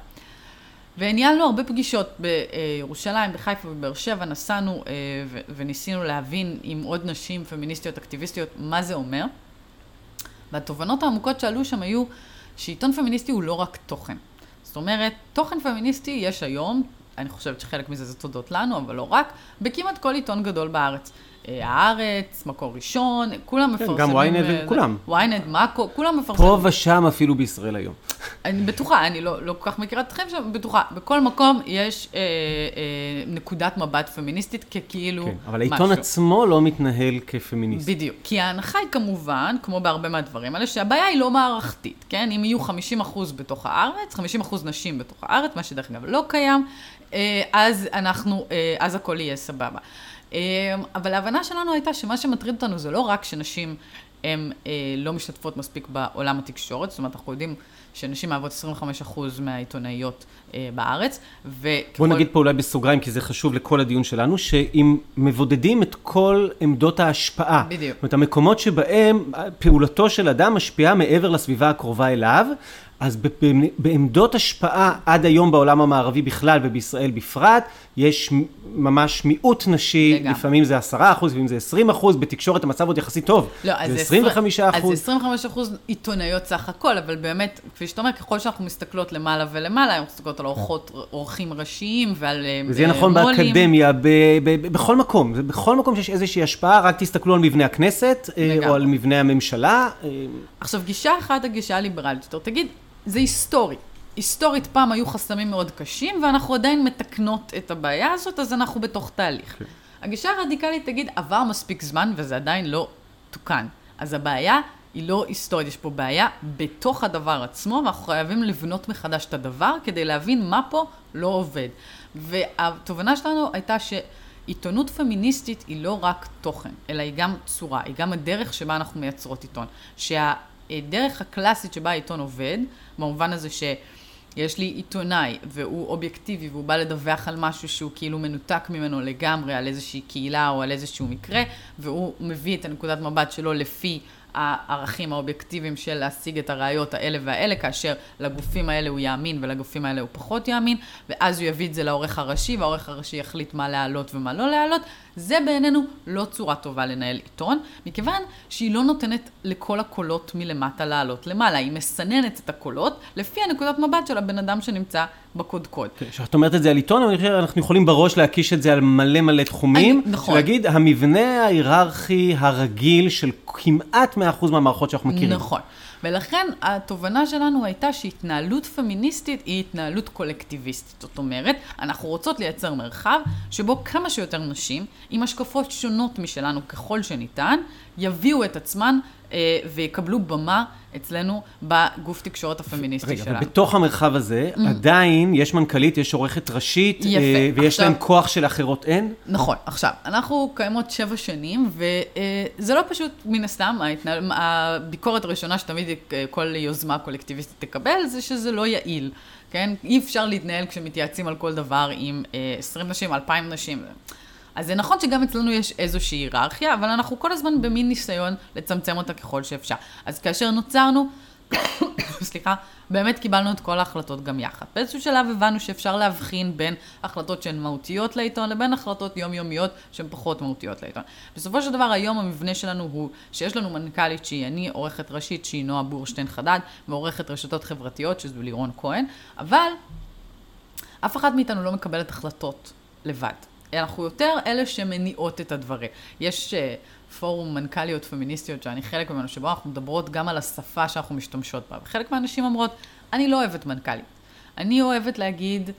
וניהלנו הרבה פגישות בירושלים, בחיפה ובאר שבע, נסענו וניסינו להבין עם עוד נשים פמיניסטיות, אקטיביסטיות, מה זה אומר. והתובנות העמוקות שעלו שם היו שעיתון פמיניסטי הוא לא רק תוכן. זאת אומרת, תוכן פמיניסטי יש היום, אני חושבת שחלק מזה זה תודות לנו, אבל לא רק, בכמעט כל עיתון גדול בארץ. הארץ, מקור ראשון, כולם מפרסמים. גם וויינט וכולם. וויינט, מאקו, כולם מפרסמים. פה ושם אפילו בישראל היום. אני בטוחה, אני לא, לא כל כך מכירה אתכם שם, בטוחה. בכל מקום יש אה, אה, נקודת מבט פמיניסטית ככאילו כן, אבל העיתון משהו. עצמו לא מתנהל כפמיניסט. בדיוק. כי ההנחה היא כמובן, כמו בהרבה מהדברים האלה, שהבעיה היא לא מערכתית, כן? אם יהיו חמישים אחוז בתוך הארץ, חמישים אחוז נשים בתוך הארץ, מה שדרך אגב לא קיים, אה, אז אנחנו, אה, אז הכל יהיה סבבה. אבל ההבנה שלנו הייתה שמה שמטריד אותנו זה לא רק שנשים הן לא משתתפות מספיק בעולם התקשורת, זאת אומרת, אנחנו יודעים שנשים מהוות עשרים וחמישה אחוז מהעיתונאיות בארץ. בוא נגיד פה אולי בסוגריים, כי זה חשוב לכל הדיון שלנו, שאם מבודדים את כל עמדות ההשפעה, בדיוק. זאת אומרת, המקומות שבהם פעולתו של אדם משפיעה מעבר לסביבה הקרובה אליו, אז בעמדות השפעה עד היום בעולם המערבי בכלל ובישראל בפרט, יש ממש מיעוט נשי, לגמרי. לפעמים זה עשרה אחוז, לפעמים זה עשרים אחוז, בתקשורת המצב עוד יחסית טוב, לא, זה עשרים וחמישה אחוז. אז זה עשרים וחמישה אחוז עיתונאיות סך הכל, אבל באמת, כפי שאתה אומר, ככל שאנחנו מסתכלות למעלה ולמעלה, אנחנו מסתכלות על אורחות, אורחים ראשיים ועל מולים. וזה נכון באקדמיה, ב- ב- ב- בכל מקום, בכל מקום שיש איזושהי השפעה, רק תסתכלו על מבנה הכנסת, לגמרי. או על מבנה הממשלה. עכשיו, גישה אחת, הגישה הליברלית, יותר תגיד, זה היסטורי. היסטורית פעם היו חסמים מאוד קשים, ואנחנו עדיין מתקנות את הבעיה הזאת, אז אנחנו בתוך תהליך. Okay. הגישה הרדיקלית תגיד, עבר מספיק זמן, וזה עדיין לא תוקן. אז הבעיה היא לא היסטורית, יש פה בעיה בתוך הדבר עצמו, ואנחנו חייבים לבנות מחדש את הדבר, כדי להבין מה פה לא עובד. והתובנה שלנו הייתה שעיתונות פמיניסטית היא לא רק תוכן, אלא היא גם צורה, היא גם הדרך שבה אנחנו מייצרות עיתון. שה... דרך הקלאסית שבה העיתון עובד, במובן הזה שיש לי עיתונאי והוא אובייקטיבי והוא בא לדווח על משהו שהוא כאילו מנותק ממנו לגמרי, על איזושהי קהילה או על איזשהו מקרה, והוא מביא את הנקודת מבט שלו לפי הערכים האובייקטיביים של להשיג את הראיות האלה והאלה, כאשר לגופים האלה הוא יאמין ולגופים האלה הוא פחות יאמין, ואז הוא יביא את זה לעורך הראשי, והעורך הראשי יחליט מה להעלות ומה לא להעלות. זה בעינינו לא צורה טובה לנהל עיתון, מכיוון שהיא לא נותנת לכל הקולות מלמטה לעלות למעלה, היא מסננת את הקולות לפי הנקודת מבט של הבן אדם שנמצא בקודקוד. כשאת אומרת את זה על עיתון, אבל אנחנו יכולים בראש להקיש את זה על מלא מלא תחומים, נכון. ולהגיד, המבנה ההיררכי הרגיל של כמעט מאה אחוז מהמערכות שאנחנו מכירים. נכון. ולכן התובנה שלנו הייתה שהתנהלות פמיניסטית היא התנהלות קולקטיביסטית. זאת אומרת, אנחנו רוצות לייצר מרחב שבו כמה שיותר נשים, עם השקפות שונות משלנו ככל שניתן, יביאו את עצמן אה, ויקבלו במה אצלנו בגוף תקשורת הפמיניסטי רגע, שלנו. רגע, ובתוך המרחב הזה, mm. עדיין יש מנכ"לית, יש עורכת ראשית, יפה. אה, ויש עכשיו, להם כוח של אחרות אין? נכון. עכשיו, אנחנו קיימות שבע שנים, וזה לא פשוט מן הסתם, ההתנהל, הביקורת הראשונה שתמיד כל יוזמה קולקטיביסטית תקבל, זה שזה לא יעיל. כן? אי אפשר להתנהל כשמתייעצים על כל דבר עם אה, עשרים נשים, אלפיים נשים. אז זה נכון שגם אצלנו יש איזושהי היררכיה, אבל אנחנו כל הזמן במין ניסיון לצמצם אותה ככל שאפשר. אז כאשר נוצרנו, סליחה, באמת קיבלנו את כל ההחלטות גם יחד. באיזשהו שלב הבנו שאפשר להבחין בין החלטות שהן מהותיות לעיתון, לבין החלטות יומיומיות שהן פחות מהותיות לעיתון. בסופו של דבר, היום המבנה שלנו הוא שיש לנו מנכ"לית שהיא אני, עורכת ראשית שהיא נועה בורשטיין חדד, ועורכת רשתות חברתיות שזו לירון כהן, אבל אף אחד מאיתנו לא מקבלת החלטות לבד. אנחנו יותר אלה שמניעות את הדברים. יש uh, פורום מנכ"ליות פמיניסטיות שאני חלק ממנו, שבו אנחנו מדברות גם על השפה שאנחנו משתמשות בה. וחלק מהאנשים אומרות, אני לא אוהבת מנכ"לית. אני אוהבת להגיד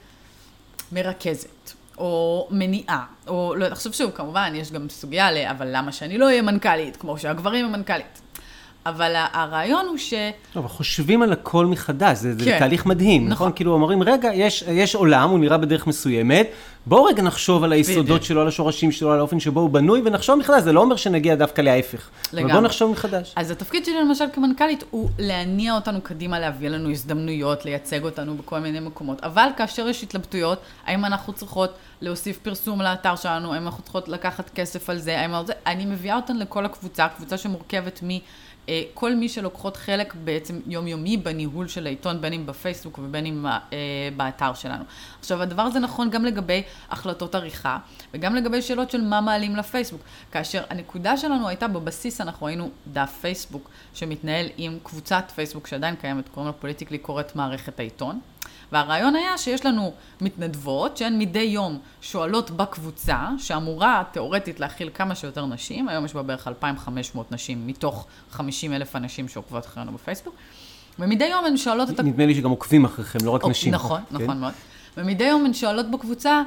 מרכזת, או מניעה, או לא, עכשיו שוב, כמובן, יש גם סוגיה עליה, אבל למה שאני לא אהיה מנכ"לית, כמו שהגברים הם מנכ"לית. אבל הרעיון הוא ש... טוב, חושבים על הכל מחדש, זה, כן. זה תהליך מדהים, נכון? נכון? כאילו אומרים, רגע, יש, יש עולם, הוא נראה בדרך מסוימת, בואו רגע נחשוב על היסודות בדיוק. שלו, על השורשים שלו, על האופן שבו הוא בנוי, ונחשוב מחדש, זה לא אומר שנגיע דווקא להפך. לגמרי. אבל בואו נחשוב מחדש. אז התפקיד שלי למשל כמנכ"לית הוא להניע אותנו קדימה, להביא לנו הזדמנויות, לייצג אותנו בכל מיני מקומות. אבל כאשר יש התלבטויות, האם אנחנו צריכות להוסיף פרסום לאתר שלנו, האם אנחנו צריכות לקחת כסף על זה, האם זה, אני מביאה אותן לכל הקבוצה, קבוצה שמורכבת מ... כל מי שלוקחות חלק בעצם יומיומי בניהול של העיתון, בין אם בפייסבוק ובין אם באתר שלנו. עכשיו, הדבר הזה נכון גם לגבי החלטות עריכה, וגם לגבי שאלות של מה מעלים לפייסבוק. כאשר הנקודה שלנו הייתה בבסיס, אנחנו היינו דף פייסבוק, שמתנהל עם קבוצת פייסבוק שעדיין קיימת, קוראים לה פוליטיקלי קורט מערכת העיתון. והרעיון היה שיש לנו מתנדבות שהן מדי יום שואלות בקבוצה, שאמורה תיאורטית להכיל כמה שיותר נשים, היום יש בה בערך אלפיים וחמש מאות נשים מתוך חמישים אלף אנשים שעוקבות אחרינו בפייסבוק, ומדי יום הן שואלות את... נדמה לי שגם עוקבים אחריכם, לא רק נשים. נכון, נכון מאוד. ומדי יום הן שואלות בקבוצה,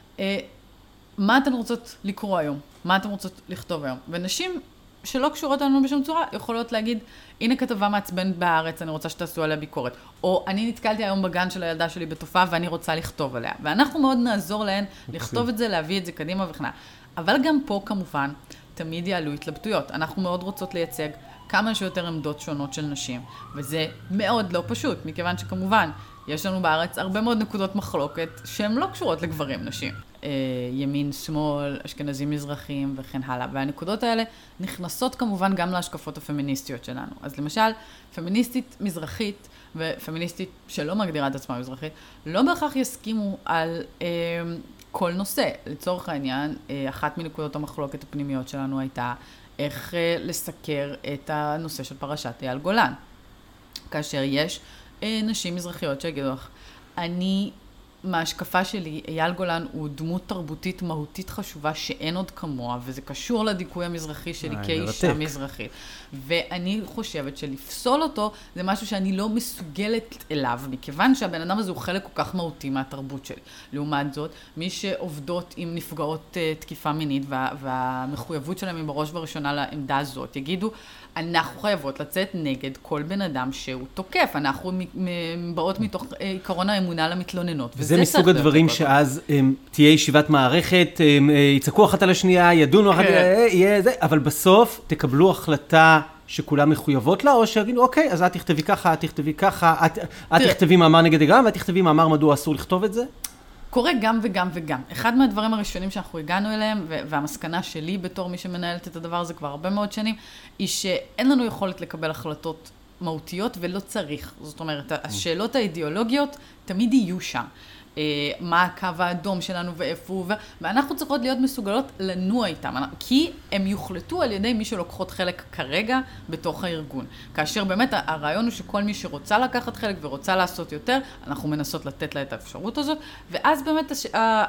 מה אתן רוצות לקרוא היום? מה אתן רוצות לכתוב היום? ונשים שלא קשורות לנו בשום צורה, יכולות להגיד, הנה כתבה מעצבנת בארץ, אני רוצה שתעשו עליה ביקורת. או אני נתקלתי היום בגן של הילדה שלי בתופעה, ואני רוצה לכתוב עליה. ואנחנו מאוד נעזור להן לכתוב את זה, להביא את זה קדימה וכנה. אבל גם פה, כמובן, תמיד יעלו התלבטויות. אנחנו מאוד רוצות לייצג כמה שיותר עמדות שונות של נשים. וזה מאוד לא פשוט, מכיוון שכמובן, יש לנו בארץ הרבה מאוד נקודות מחלוקת שהן לא קשורות לגברים נשים. אה, ימין, שמאל, אשכנזים, מזרחים וכן הלאה. והנקודות האלה נכנסות כמובן גם להשקפות הפמיניסטיות שלנו. אז למשל, פמיניסטית מזרחית ופמיניסטית שלא מגדירה את עצמה מזרחית, לא בהכרח יסכימו על אה, כל נושא. לצורך העניין, אה, אחת מנקודות המחלוקת הפנימיות שלנו הייתה איך אה, לסקר את הנושא של פרשת אייל גולן. כאשר יש אה, נשים מזרחיות שיגידו לך, אני, מההשקפה שלי, אייל גולן הוא דמות תרבותית מהותית חשובה שאין עוד כמוה, וזה קשור לדיכוי המזרחי שלי כאישה מזרחית. ואני חושבת שלפסול אותו זה משהו שאני לא מסוגלת אליו, מכיוון שהבן אדם הזה הוא חלק כל כך מהותי מהתרבות שלי. לעומת זאת, מי שעובדות עם נפגעות uh, תקיפה מינית, וה, והמחויבות שלהם היא בראש ובראשונה לעמדה הזאת, יגידו, אנחנו חייבות לצאת נגד כל בן אדם שהוא תוקף. אנחנו באות מתוך עיקרון האמונה למתלוננות. וזה מסוג הדברים שאז הם, תהיה ישיבת מערכת, הם, יצעקו אחת על השנייה, ידונו אחת, יהיה זה, אבל בסוף תקבלו החלטה שכולם מחויבות לה, או שיגידו, אוקיי, אז את תכתבי ככה, את תכתבי ככה, את, את תכתבי מאמר נגד הגרם, ואת תכתבי מאמר מדוע אסור לכתוב את זה? קורה גם וגם וגם. אחד מהדברים הראשונים שאנחנו הגענו אליהם, והמסקנה שלי בתור מי שמנהלת את הדבר הזה כבר הרבה מאוד שנים, היא שאין לנו יכולת לקבל החלטות מהותיות ולא צריך. זאת אומרת, השאלות האידיאולוגיות תמיד יהיו שם. מה הקו האדום שלנו ואיפה הוא, ואנחנו צריכות להיות מסוגלות לנוע איתם, כי הם יוחלטו על ידי מי שלוקחות חלק כרגע בתוך הארגון. כאשר באמת הרעיון הוא שכל מי שרוצה לקחת חלק ורוצה לעשות יותר, אנחנו מנסות לתת לה את האפשרות הזאת, ואז באמת הש...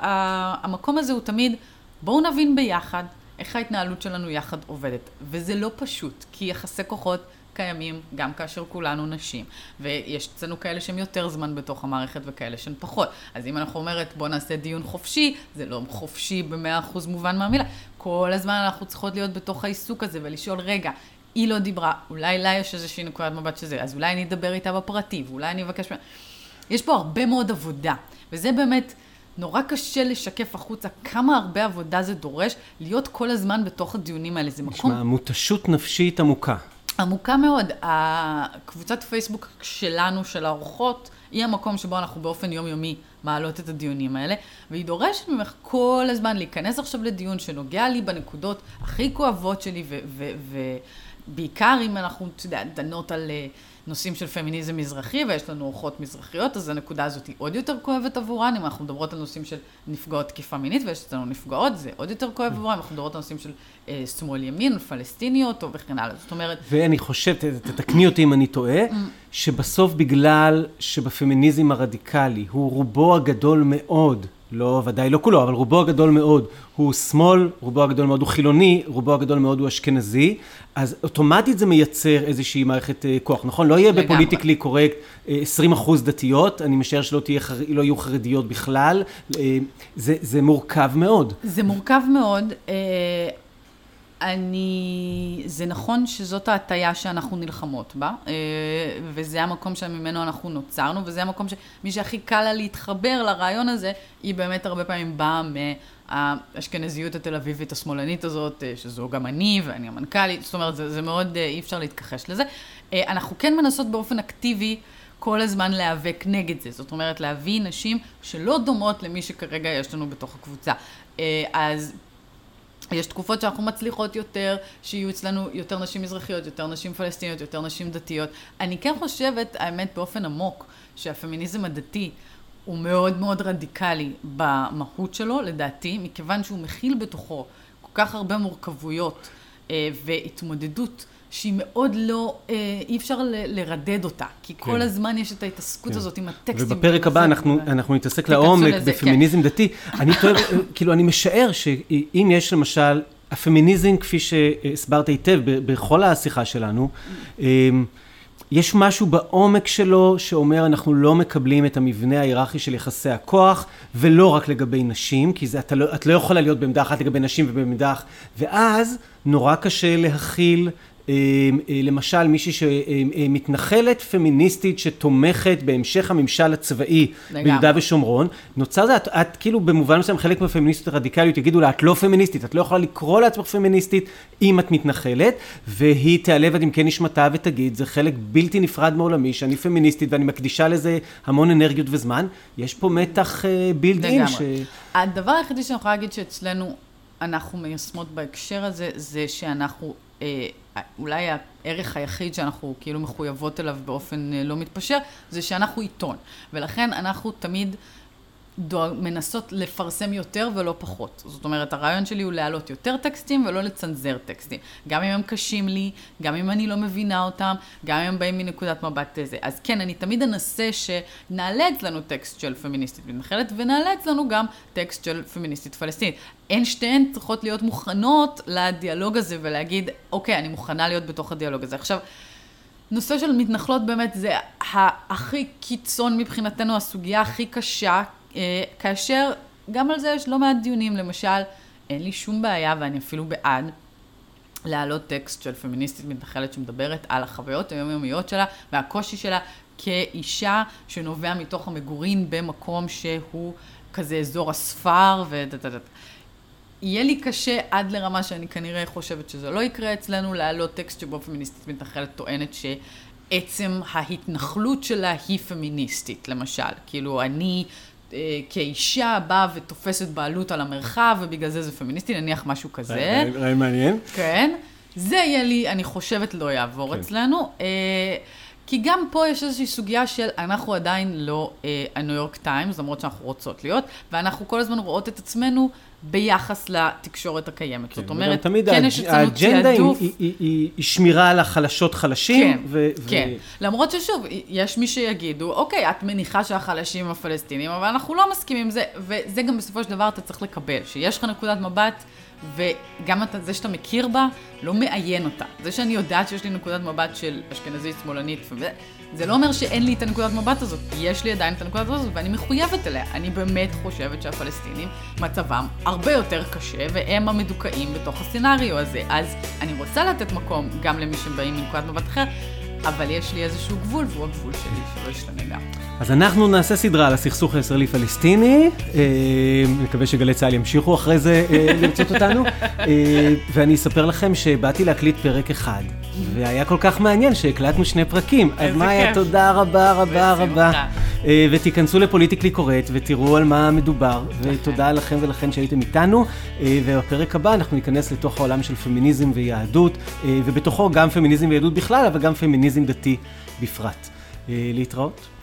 המקום הזה הוא תמיד, בואו נבין ביחד איך ההתנהלות שלנו יחד עובדת, וזה לא פשוט, כי יחסי כוחות קיימים גם כאשר כולנו נשים, ויש אצלנו כאלה שהם יותר זמן בתוך המערכת וכאלה שהן פחות. אז אם אנחנו אומרת בוא נעשה דיון חופשי, זה לא חופשי במאה אחוז מובן מהמילה. כל הזמן אנחנו צריכות להיות בתוך העיסוק הזה ולשאול, רגע, היא לא דיברה, אולי לה יש איזושהי נקודת מבט שזה, אז אולי אני אדבר איתה בפרטי, ואולי אני אבקש... יש פה הרבה מאוד עבודה, וזה באמת נורא קשה לשקף החוצה כמה הרבה עבודה זה דורש להיות כל הזמן בתוך הדיונים האלה. זה מקום... נשמע, מותשות נפשית עמוקה. עמוקה מאוד. הקבוצת פייסבוק שלנו, של האורחות, היא המקום שבו אנחנו באופן יומיומי מעלות את הדיונים האלה, והיא דורשת ממך כל הזמן להיכנס עכשיו לדיון שנוגע לי בנקודות הכי כואבות שלי, ובעיקר אם אנחנו, אתה יודע, דנות על נושאים של פמיניזם מזרחי, ויש לנו אורחות מזרחיות, אז הנקודה הזאת היא עוד יותר כואבת עבורן. אם אנחנו מדברות על נושאים של נפגעות תקיפה מינית, ויש לנו נפגעות, זה עוד יותר כואב עבורן. אנחנו מדברות על נושאים של אה, שמאל ימין, פלסטיניות, וכן הלאה. זאת אומרת... ואני חושב, תתקני אותי אם אני טועה, שבסוף בגלל שבפמיניזם הרדיקלי הוא רובו הגדול מאוד, לא, ודאי לא כולו, אבל רובו הגדול מאוד הוא שמאל, רובו הגדול מאוד הוא חילוני, רובו הגדול מאוד הוא אשכנזי, אז אוטומטית זה מייצר איזושהי מערכת כוח, נכון? לא יהיה בפוליטיקלי קורקט עשרים אחוז דתיות, אני משער שלא תהיה, לא יהיו חרדיות בכלל, זה, זה מורכב מאוד. זה מורכב מאוד, אני, זה נכון שזאת ההטיה שאנחנו נלחמות בה, וזה המקום שממנו אנחנו נוצרנו, וזה המקום שמי שהכי קל לה להתחבר לרעיון הזה, היא באמת הרבה פעמים באה מהאשכנזיות התל אביבית השמאלנית הזאת, שזו גם אני ואני המנכ"לית, זאת אומרת, זה, זה מאוד אי אפשר להתכחש לזה. אנחנו כן מנסות באופן אקטיבי כל הזמן להיאבק נגד זה, זאת אומרת, להביא נשים שלא דומות למי שכרגע יש לנו בתוך הקבוצה. אז יש תקופות שאנחנו מצליחות יותר, שיהיו אצלנו יותר נשים מזרחיות, יותר נשים פלסטיניות, יותר נשים דתיות. אני כן חושבת, האמת, באופן עמוק, שהפמיניזם הדתי הוא מאוד מאוד רדיקלי במהות שלו, לדעתי, מכיוון שהוא מכיל בתוכו כל כך הרבה מורכבויות אה, והתמודדות, שהיא מאוד לא, אה, אי אפשר ל- לרדד אותה, כי כן. כל הזמן יש את ההתעסקות כן. הזאת עם הטקסטים. ובפרק הבא אנחנו, אנחנו נתעסק לעומק בפמיניזם כן. דתי. אני טועב, כאילו, אני משער שאם יש למשל, הפמיניזם, כפי שהסברת היטב בכל השיחה שלנו, יש משהו בעומק שלו שאומר, אנחנו לא מקבלים את המבנה ההיררכי של יחסי הכוח, ולא רק לגבי נשים, כי זה, את לא יכולה להיות בעמדה אחת לגבי נשים ובעמדה אחת, ואז נורא קשה להכיל למשל מישהי שמתנחלת פמיניסטית שתומכת בהמשך הממשל הצבאי ביהודה ושומרון, נוצר זה, את, את כאילו במובן מסוים חלק מהפמיניסטית הרדיקליות, יגידו לה, את לא פמיניסטית, את לא יכולה לקרוא לעצמך פמיניסטית אם את מתנחלת, והיא תיעלב עד אם כן נשמתה ותגיד, זה חלק בלתי נפרד מעולמי, שאני פמיניסטית ואני מקדישה לזה המון אנרגיות וזמן, יש פה מתח בילד אין. ש... הדבר היחידי שאני יכולה להגיד שאצלנו אנחנו מיישמות בהקשר הזה, זה שאנחנו, אה, אולי הערך היחיד שאנחנו כאילו מחויבות אליו באופן אה, לא מתפשר, זה שאנחנו עיתון. ולכן אנחנו תמיד דואג, מנסות לפרסם יותר ולא פחות. זאת אומרת, הרעיון שלי הוא להעלות יותר טקסטים ולא לצנזר טקסטים. גם אם הם קשים לי, גם אם אני לא מבינה אותם, גם אם הם באים מנקודת מבט הזה. אז כן, אני תמיד אנסה שנעלה אצלנו טקסט של פמיניסטית מתנחלת, ונעלה אצלנו גם טקסט של פמיניסטית פלסטינית. אין שתיהן צריכות להיות מוכנות לדיאלוג הזה ולהגיד, אוקיי, אני מוכנה להיות בתוך הדיאלוג הזה. עכשיו, נושא של מתנחלות באמת זה הכי קיצון מבחינתנו, הסוגיה הכי קשה, כאשר גם על זה יש לא מעט דיונים, למשל, אין לי שום בעיה ואני אפילו בעד להעלות טקסט של פמיניסטית מתנחלת שמדברת על החוויות היומיומיות שלה והקושי שלה כאישה שנובע מתוך המגורין במקום שהוא כזה אזור הספר ודדדד. יהיה לי קשה עד לרמה שאני כנראה חושבת שזה לא יקרה אצלנו להעלות טקסט שבו פמיניסטית מתנחלת טוענת שעצם ההתנחלות שלה היא פמיניסטית, למשל. כאילו אני כאישה באה ותופסת בעלות על המרחב, ובגלל זה זה פמיניסטי, נניח משהו כזה. רעי מעניין. כן. זה יהיה לי, אני חושבת, לא יעבור אצלנו. כי גם פה יש איזושהי סוגיה של, אנחנו עדיין לא הניו יורק טיימס, למרות שאנחנו רוצות להיות, ואנחנו כל הזמן רואות את עצמנו ביחס לתקשורת הקיימת. זאת אומרת, כן יש אצלנו תיעדוף. האג'נדה היא שמירה על החלשות חלשים. כן, למרות ששוב, יש מי שיגידו, אוקיי, את מניחה שהחלשים הפלסטינים, אבל אנחנו לא מסכימים עם זה, וזה גם בסופו של דבר אתה צריך לקבל, שיש לך נקודת מבט, וגם זה שאתה מכיר בה, לא מעיין אותה. זה שאני יודעת שיש לי נקודת מבט של אשכנזית, שמאלנית, זה לא אומר שאין לי את הנקודת מבט הזאת. יש לי עדיין את הנקודת הזאת, ואני מחויבת אליה. אני באמת חושבת שהפלסטינים מצבם הרבה יותר קשה, והם המדוכאים בתוך הסצנריו הזה. אז אני רוצה לתת מקום גם למי שבאים מנקודת מבט אחר, אבל יש לי איזשהו גבול, והוא הגבול שלי, שלא ישתנה גם. אז אנחנו נעשה סדרה על הסכסוך הישראלי-פלסטיני, נקווה שגלי צה"ל ימשיכו אחרי זה לרצות אותנו, ואני אספר לכם שבאתי להקליט פרק אחד, והיה כל כך מעניין שהקלטנו שני פרקים, אז מה היה? תודה רבה רבה רבה, ותיכנסו לפוליטיקלי קורקט ותראו על מה מדובר, ותודה לכם ולכן שהייתם איתנו, ובפרק הבא אנחנו ניכנס לתוך העולם של פמיניזם ויהדות, ובתוכו גם פמיניזם ויהדות בכלל, אבל גם פמיניזם דתי בפרט. להתראות.